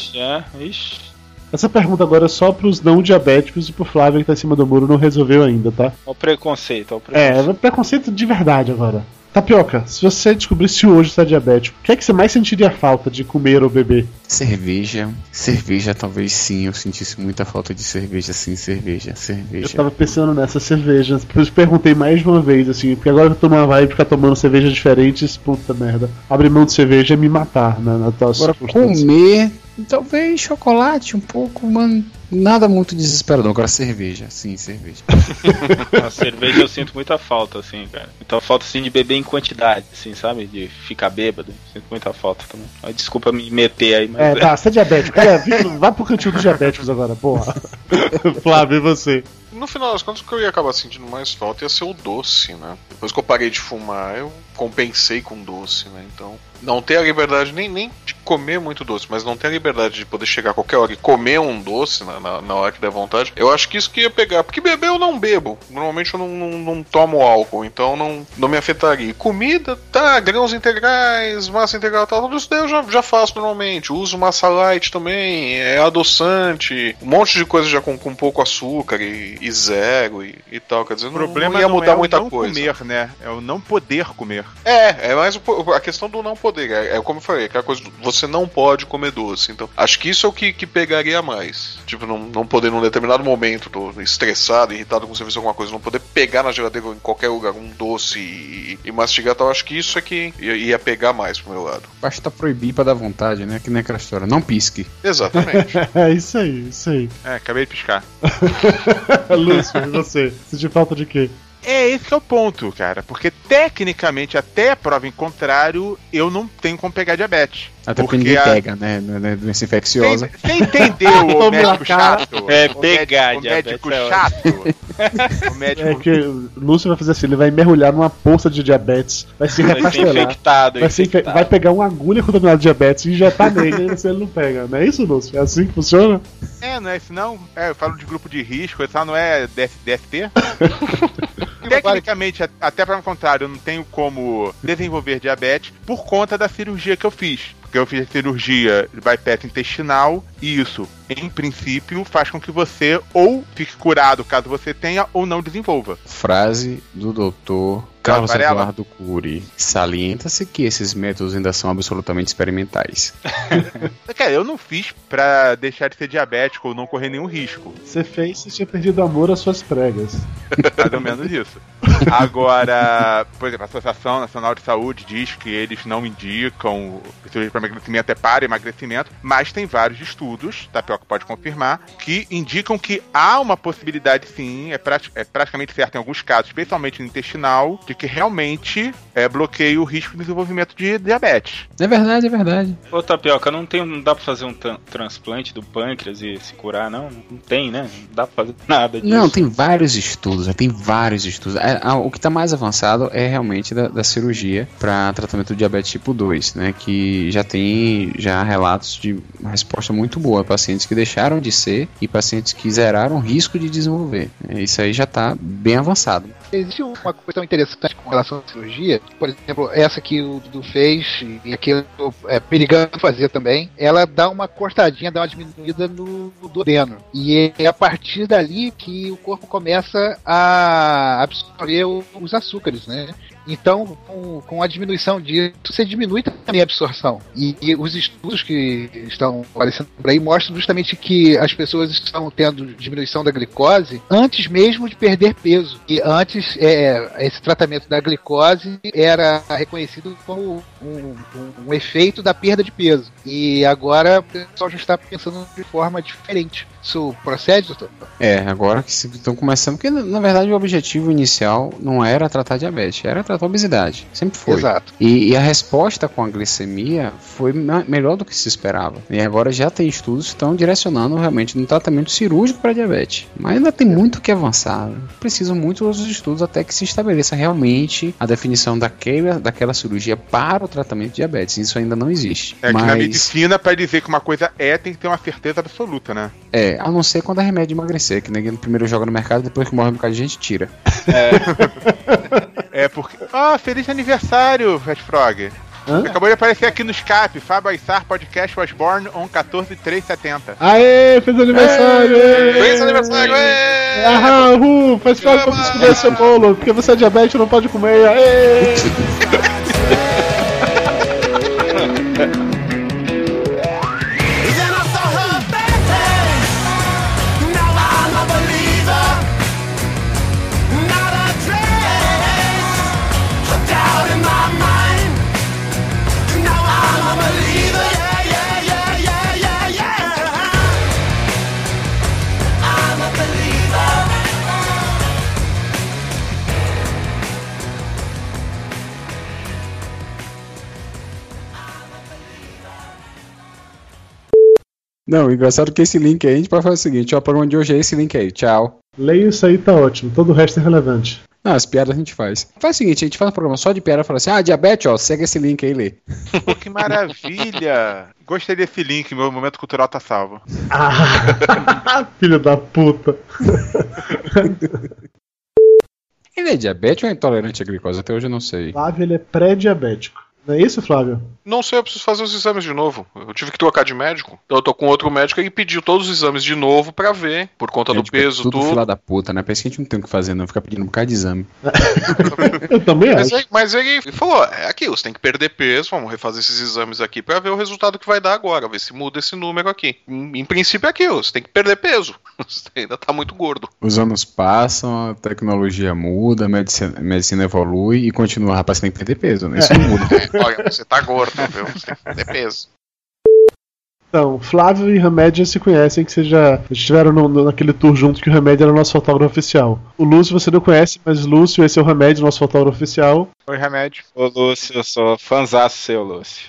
Essa pergunta agora é só pros não diabéticos e pro Flávio que tá em cima do muro não resolveu ainda, tá? O preconceito. Preconceito de verdade agora. Tapioca, se você descobrisse hoje que você é diabético, o que é que você mais sentiria falta de comer ou beber? Cerveja talvez sim, eu sentisse muita falta de cerveja, sim, cerveja. Eu tava pensando nessa cerveja, por isso perguntei mais de uma vez, assim, porque agora que eu tô numa vibe de ficar tomando cervejas diferentes, puta merda, abrir mão de cerveja é me matar, né, na tua agora comer, talvez chocolate um pouco, mano. Nada muito desesperador, agora cerveja. A cerveja eu sinto muita falta, assim, cara. Muita falta, assim, de beber em quantidade, assim, sabe? De ficar bêbado. Sinto muita falta também. Desculpa me meter aí, mas... você é diabético. Cara, vai pro cantinho dos diabéticos agora, porra. Flávio, e você? No final das contas, o que eu ia acabar sentindo mais falta ia ser o doce, né? Depois que eu parei de fumar, eu compensei com doce, né? Então, não ter a liberdade nem de comer muito doce, mas não ter a liberdade de poder chegar a qualquer hora e comer um doce na hora que der vontade, eu acho que isso que ia pegar. Porque beber eu não bebo. Normalmente eu não tomo álcool, então não me afetaria. E comida, grãos integrais, massa integral, tudo isso daí eu já faço normalmente. Uso massa light também, adoçante, um monte de coisa já com pouco açúcar e zero e tal, quer dizer, o problema não ia mudar muita não coisa. Comer, né? É o não poder comer. É mais a questão do não poder. É como eu falei, aquela coisa você não pode comer doce. Então, acho que isso é o que pegaria mais. Tipo, não poder num determinado momento, tô estressado, irritado com serviço alguma coisa, não poder pegar na geladeira ou em qualquer lugar um doce e mastigar tal, acho que isso é que ia pegar mais pro meu lado. Basta proibir pra dar vontade, né? Que nem aquela história, não pisque. Exatamente. É isso aí. Acabei de piscar. Lúcio, e você? Sentiu falta de quê? Esse que é o ponto, cara. Porque tecnicamente, até prova em contrário, eu não tenho como pegar diabetes. Até porque ninguém pega, né? Doença infecciosa. Você entendeu o médico chato? Pegar o médico chato. O médico... É que o Lúcio vai fazer assim, ele vai mergulhar numa poça de diabetes, vai se repastelar, vai pegar uma agulha contaminada de diabetes e injetar nele, e ele não pega. Não é isso, Lúcio? É assim que funciona? Não é isso não. Eu falo de grupo de risco, essa não é DST? Tecnicamente, até para o contrário, eu não tenho como desenvolver diabetes por conta da cirurgia que eu fiz. Porque eu fiz a cirurgia de bypass intestinal e isso, em princípio, faz com que você ou fique curado caso você tenha ou não desenvolva. Frase do doutor Carlos Eduardo Cury. Salienta-se que esses métodos ainda são absolutamente experimentais. Cara, eu não fiz pra deixar de ser diabético ou não correr nenhum risco. Você fez, você tinha perdido amor às suas pregas. Mais ou menos isso. Agora, por exemplo, a Associação Nacional de Saúde diz que eles não indicam cirurgia para emagrecimento é para emagrecimento, mas tem vários estudos, Tapioca pode confirmar, que indicam que há uma possibilidade sim, é praticamente certo em alguns casos, especialmente no intestinal, de que realmente bloqueia o risco de desenvolvimento de diabetes. É verdade. Ô, Tapioca, não dá pra fazer um transplante do pâncreas e se curar, não? Não tem, né? Não dá pra fazer nada disso. Não, tem vários estudos. O que tá mais avançado é realmente da cirurgia para tratamento do diabetes tipo 2, né? Que já tem relatos de uma resposta muito boa. Pacientes que deixaram de ser e pacientes que zeraram o risco de desenvolver. Isso aí já tá bem avançado. existe uma questão interessante com relação à cirurgia. Por exemplo, essa que o Dudu fez e aqui eu tô perigando fazer também, ela dá uma cortadinha, dá uma diminuída no duodeno. E é a partir dali que o corpo começa a absorver os açúcares, né? Então, com a diminuição disso, você diminui também a absorção. E os estudos que estão aparecendo por aí mostram justamente que as pessoas estão tendo diminuição da glicose antes mesmo de perder peso. E antes, esse tratamento da glicose era reconhecido como um efeito da perda de peso. E agora o pessoal já está pensando de forma diferente. Isso procede, doutor? Agora que estão começando, porque na verdade o objetivo inicial não era tratar diabetes, era tratar obesidade. Sempre foi. Exato. E a resposta com a glicemia foi melhor do que se esperava. E agora já tem estudos que estão direcionando realmente no tratamento cirúrgico para diabetes. Mas ainda tem muito que avançar. Precisam muitos outros estudos até que se estabeleça realmente a definição daquela cirurgia para o tratamento de diabetes. Isso ainda não existe. Que na medicina, para dizer que uma coisa tem que ter uma certeza absoluta, né? A não ser quando é remédio de emagrecer, que ninguém primeiro joga no mercado, depois que morre um bocado de gente, tira. Porque... feliz aniversário, Red Frog. Acabou de aparecer aqui no Skype, Fábio Aissar, podcast was born on 14/3/70. Aê, fez aniversário! Feliz aniversário! Faz parte pra descobrir esse bolo, porque você é diabético e não pode comer. Aê! Não, engraçado que esse link aí, a gente pode fazer o seguinte, o programa de hoje é esse link aí, tchau. Leia isso aí, tá ótimo, todo o resto é relevante. Não, as piadas a gente faz. Faz o seguinte, a gente faz um programa só de piada e fala assim, diabetes, segue esse link aí, lê. Pô, que maravilha! Gostei desse link, meu momento cultural tá salvo. Filho da puta. Ele é diabético ou é intolerante à glicose? Até hoje eu não sei. Flávio, ele é pré-diabético. Não é isso, Flávio? Não sei, eu preciso fazer os exames de novo. Eu tive que trocar de médico. Então eu tô com outro médico e pediu todos os exames de novo pra ver, por conta do peso, tudo. Filha da puta, né? Parece que a gente não tem o que fazer, não. Ficar pedindo um bocado de exame. Eu também acho. Mas ele falou, aqui, você tem que perder peso, vamos refazer esses exames aqui pra ver o resultado que vai dar agora, ver se muda esse número aqui. Em princípio é aquilo, você tem que perder peso. Você ainda tá muito gordo. Os anos passam, a tecnologia muda, a medicina evolui e continua, rapaz, você tem que perder peso, né? Isso não muda. Olha, você tá gordo, viu? Você tem que perder peso. Então, Flávio e Remédio se conhecem, que vocês já estiveram naquele tour junto que o Remédio era o nosso fotógrafo oficial. O Lúcio você não conhece, mas Lúcio, esse é o Remédio, nosso fotógrafo oficial. Oi, Remédio. Ô, Lúcio, eu sou fãzaço seu, Lúcio.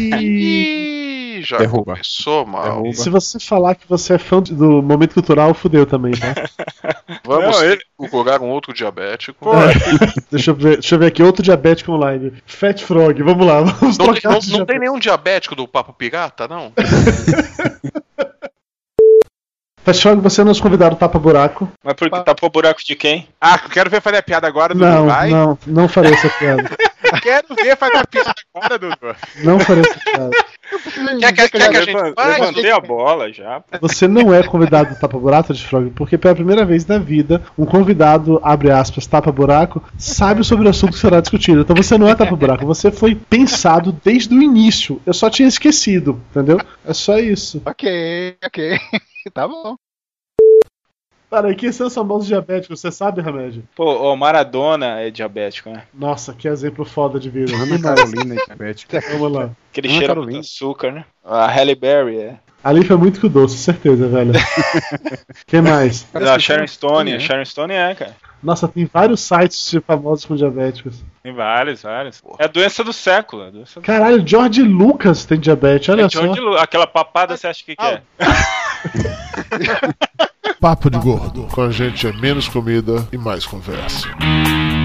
Já Derruba. Começou mal. Derruba. Se você falar que você é fã do Momento Cultural, fudeu também, tá? Vamos procurar um outro diabético. Deixa eu ver aqui, outro diabético online. Fat Frog, vamos lá. Não tem nenhum diabético do Papo Pirata, não? Fat Frog, você é nosso convidado Tapa Buraco. Mas por que tapou o buraco de quem? Eu quero ver fazer a piada agora, Dudu. Vai? Não farei essa piada. Quero ver fazer a piada agora, Dudu. Não farei essa piada. Quer que a gente levantei a bola já. Você não é convidado do Tapa Buraco, Fat Frog, porque pela primeira vez na vida, um convidado, abre aspas, Tapa Buraco, sabe sobre o assunto que será discutido. Então você não é Tapa Buraco, você foi pensado desde o início. Eu só tinha esquecido, entendeu? É só isso. Ok. Tá bom. Peraí, quem são os famosos diabéticos? Você sabe, Remédio? Pô, o Maradona é diabético, né? Nossa, que exemplo foda de vida. Ana Carolina é diabética. Vamos lá. Aquele cheiro de açúcar, né? A Halle Berry é. Ali foi muito com doce, certeza, velho. Quem mais? A Sharon Stone. A Sharon Stone cara. Nossa, tem vários sites de famosos com diabéticos. Tem vários. É a doença do século. Caralho, George Lucas tem diabetes, olha só. Aquela papada, você acha que é? Papo de Gordo. Com a gente é menos comida e mais conversa.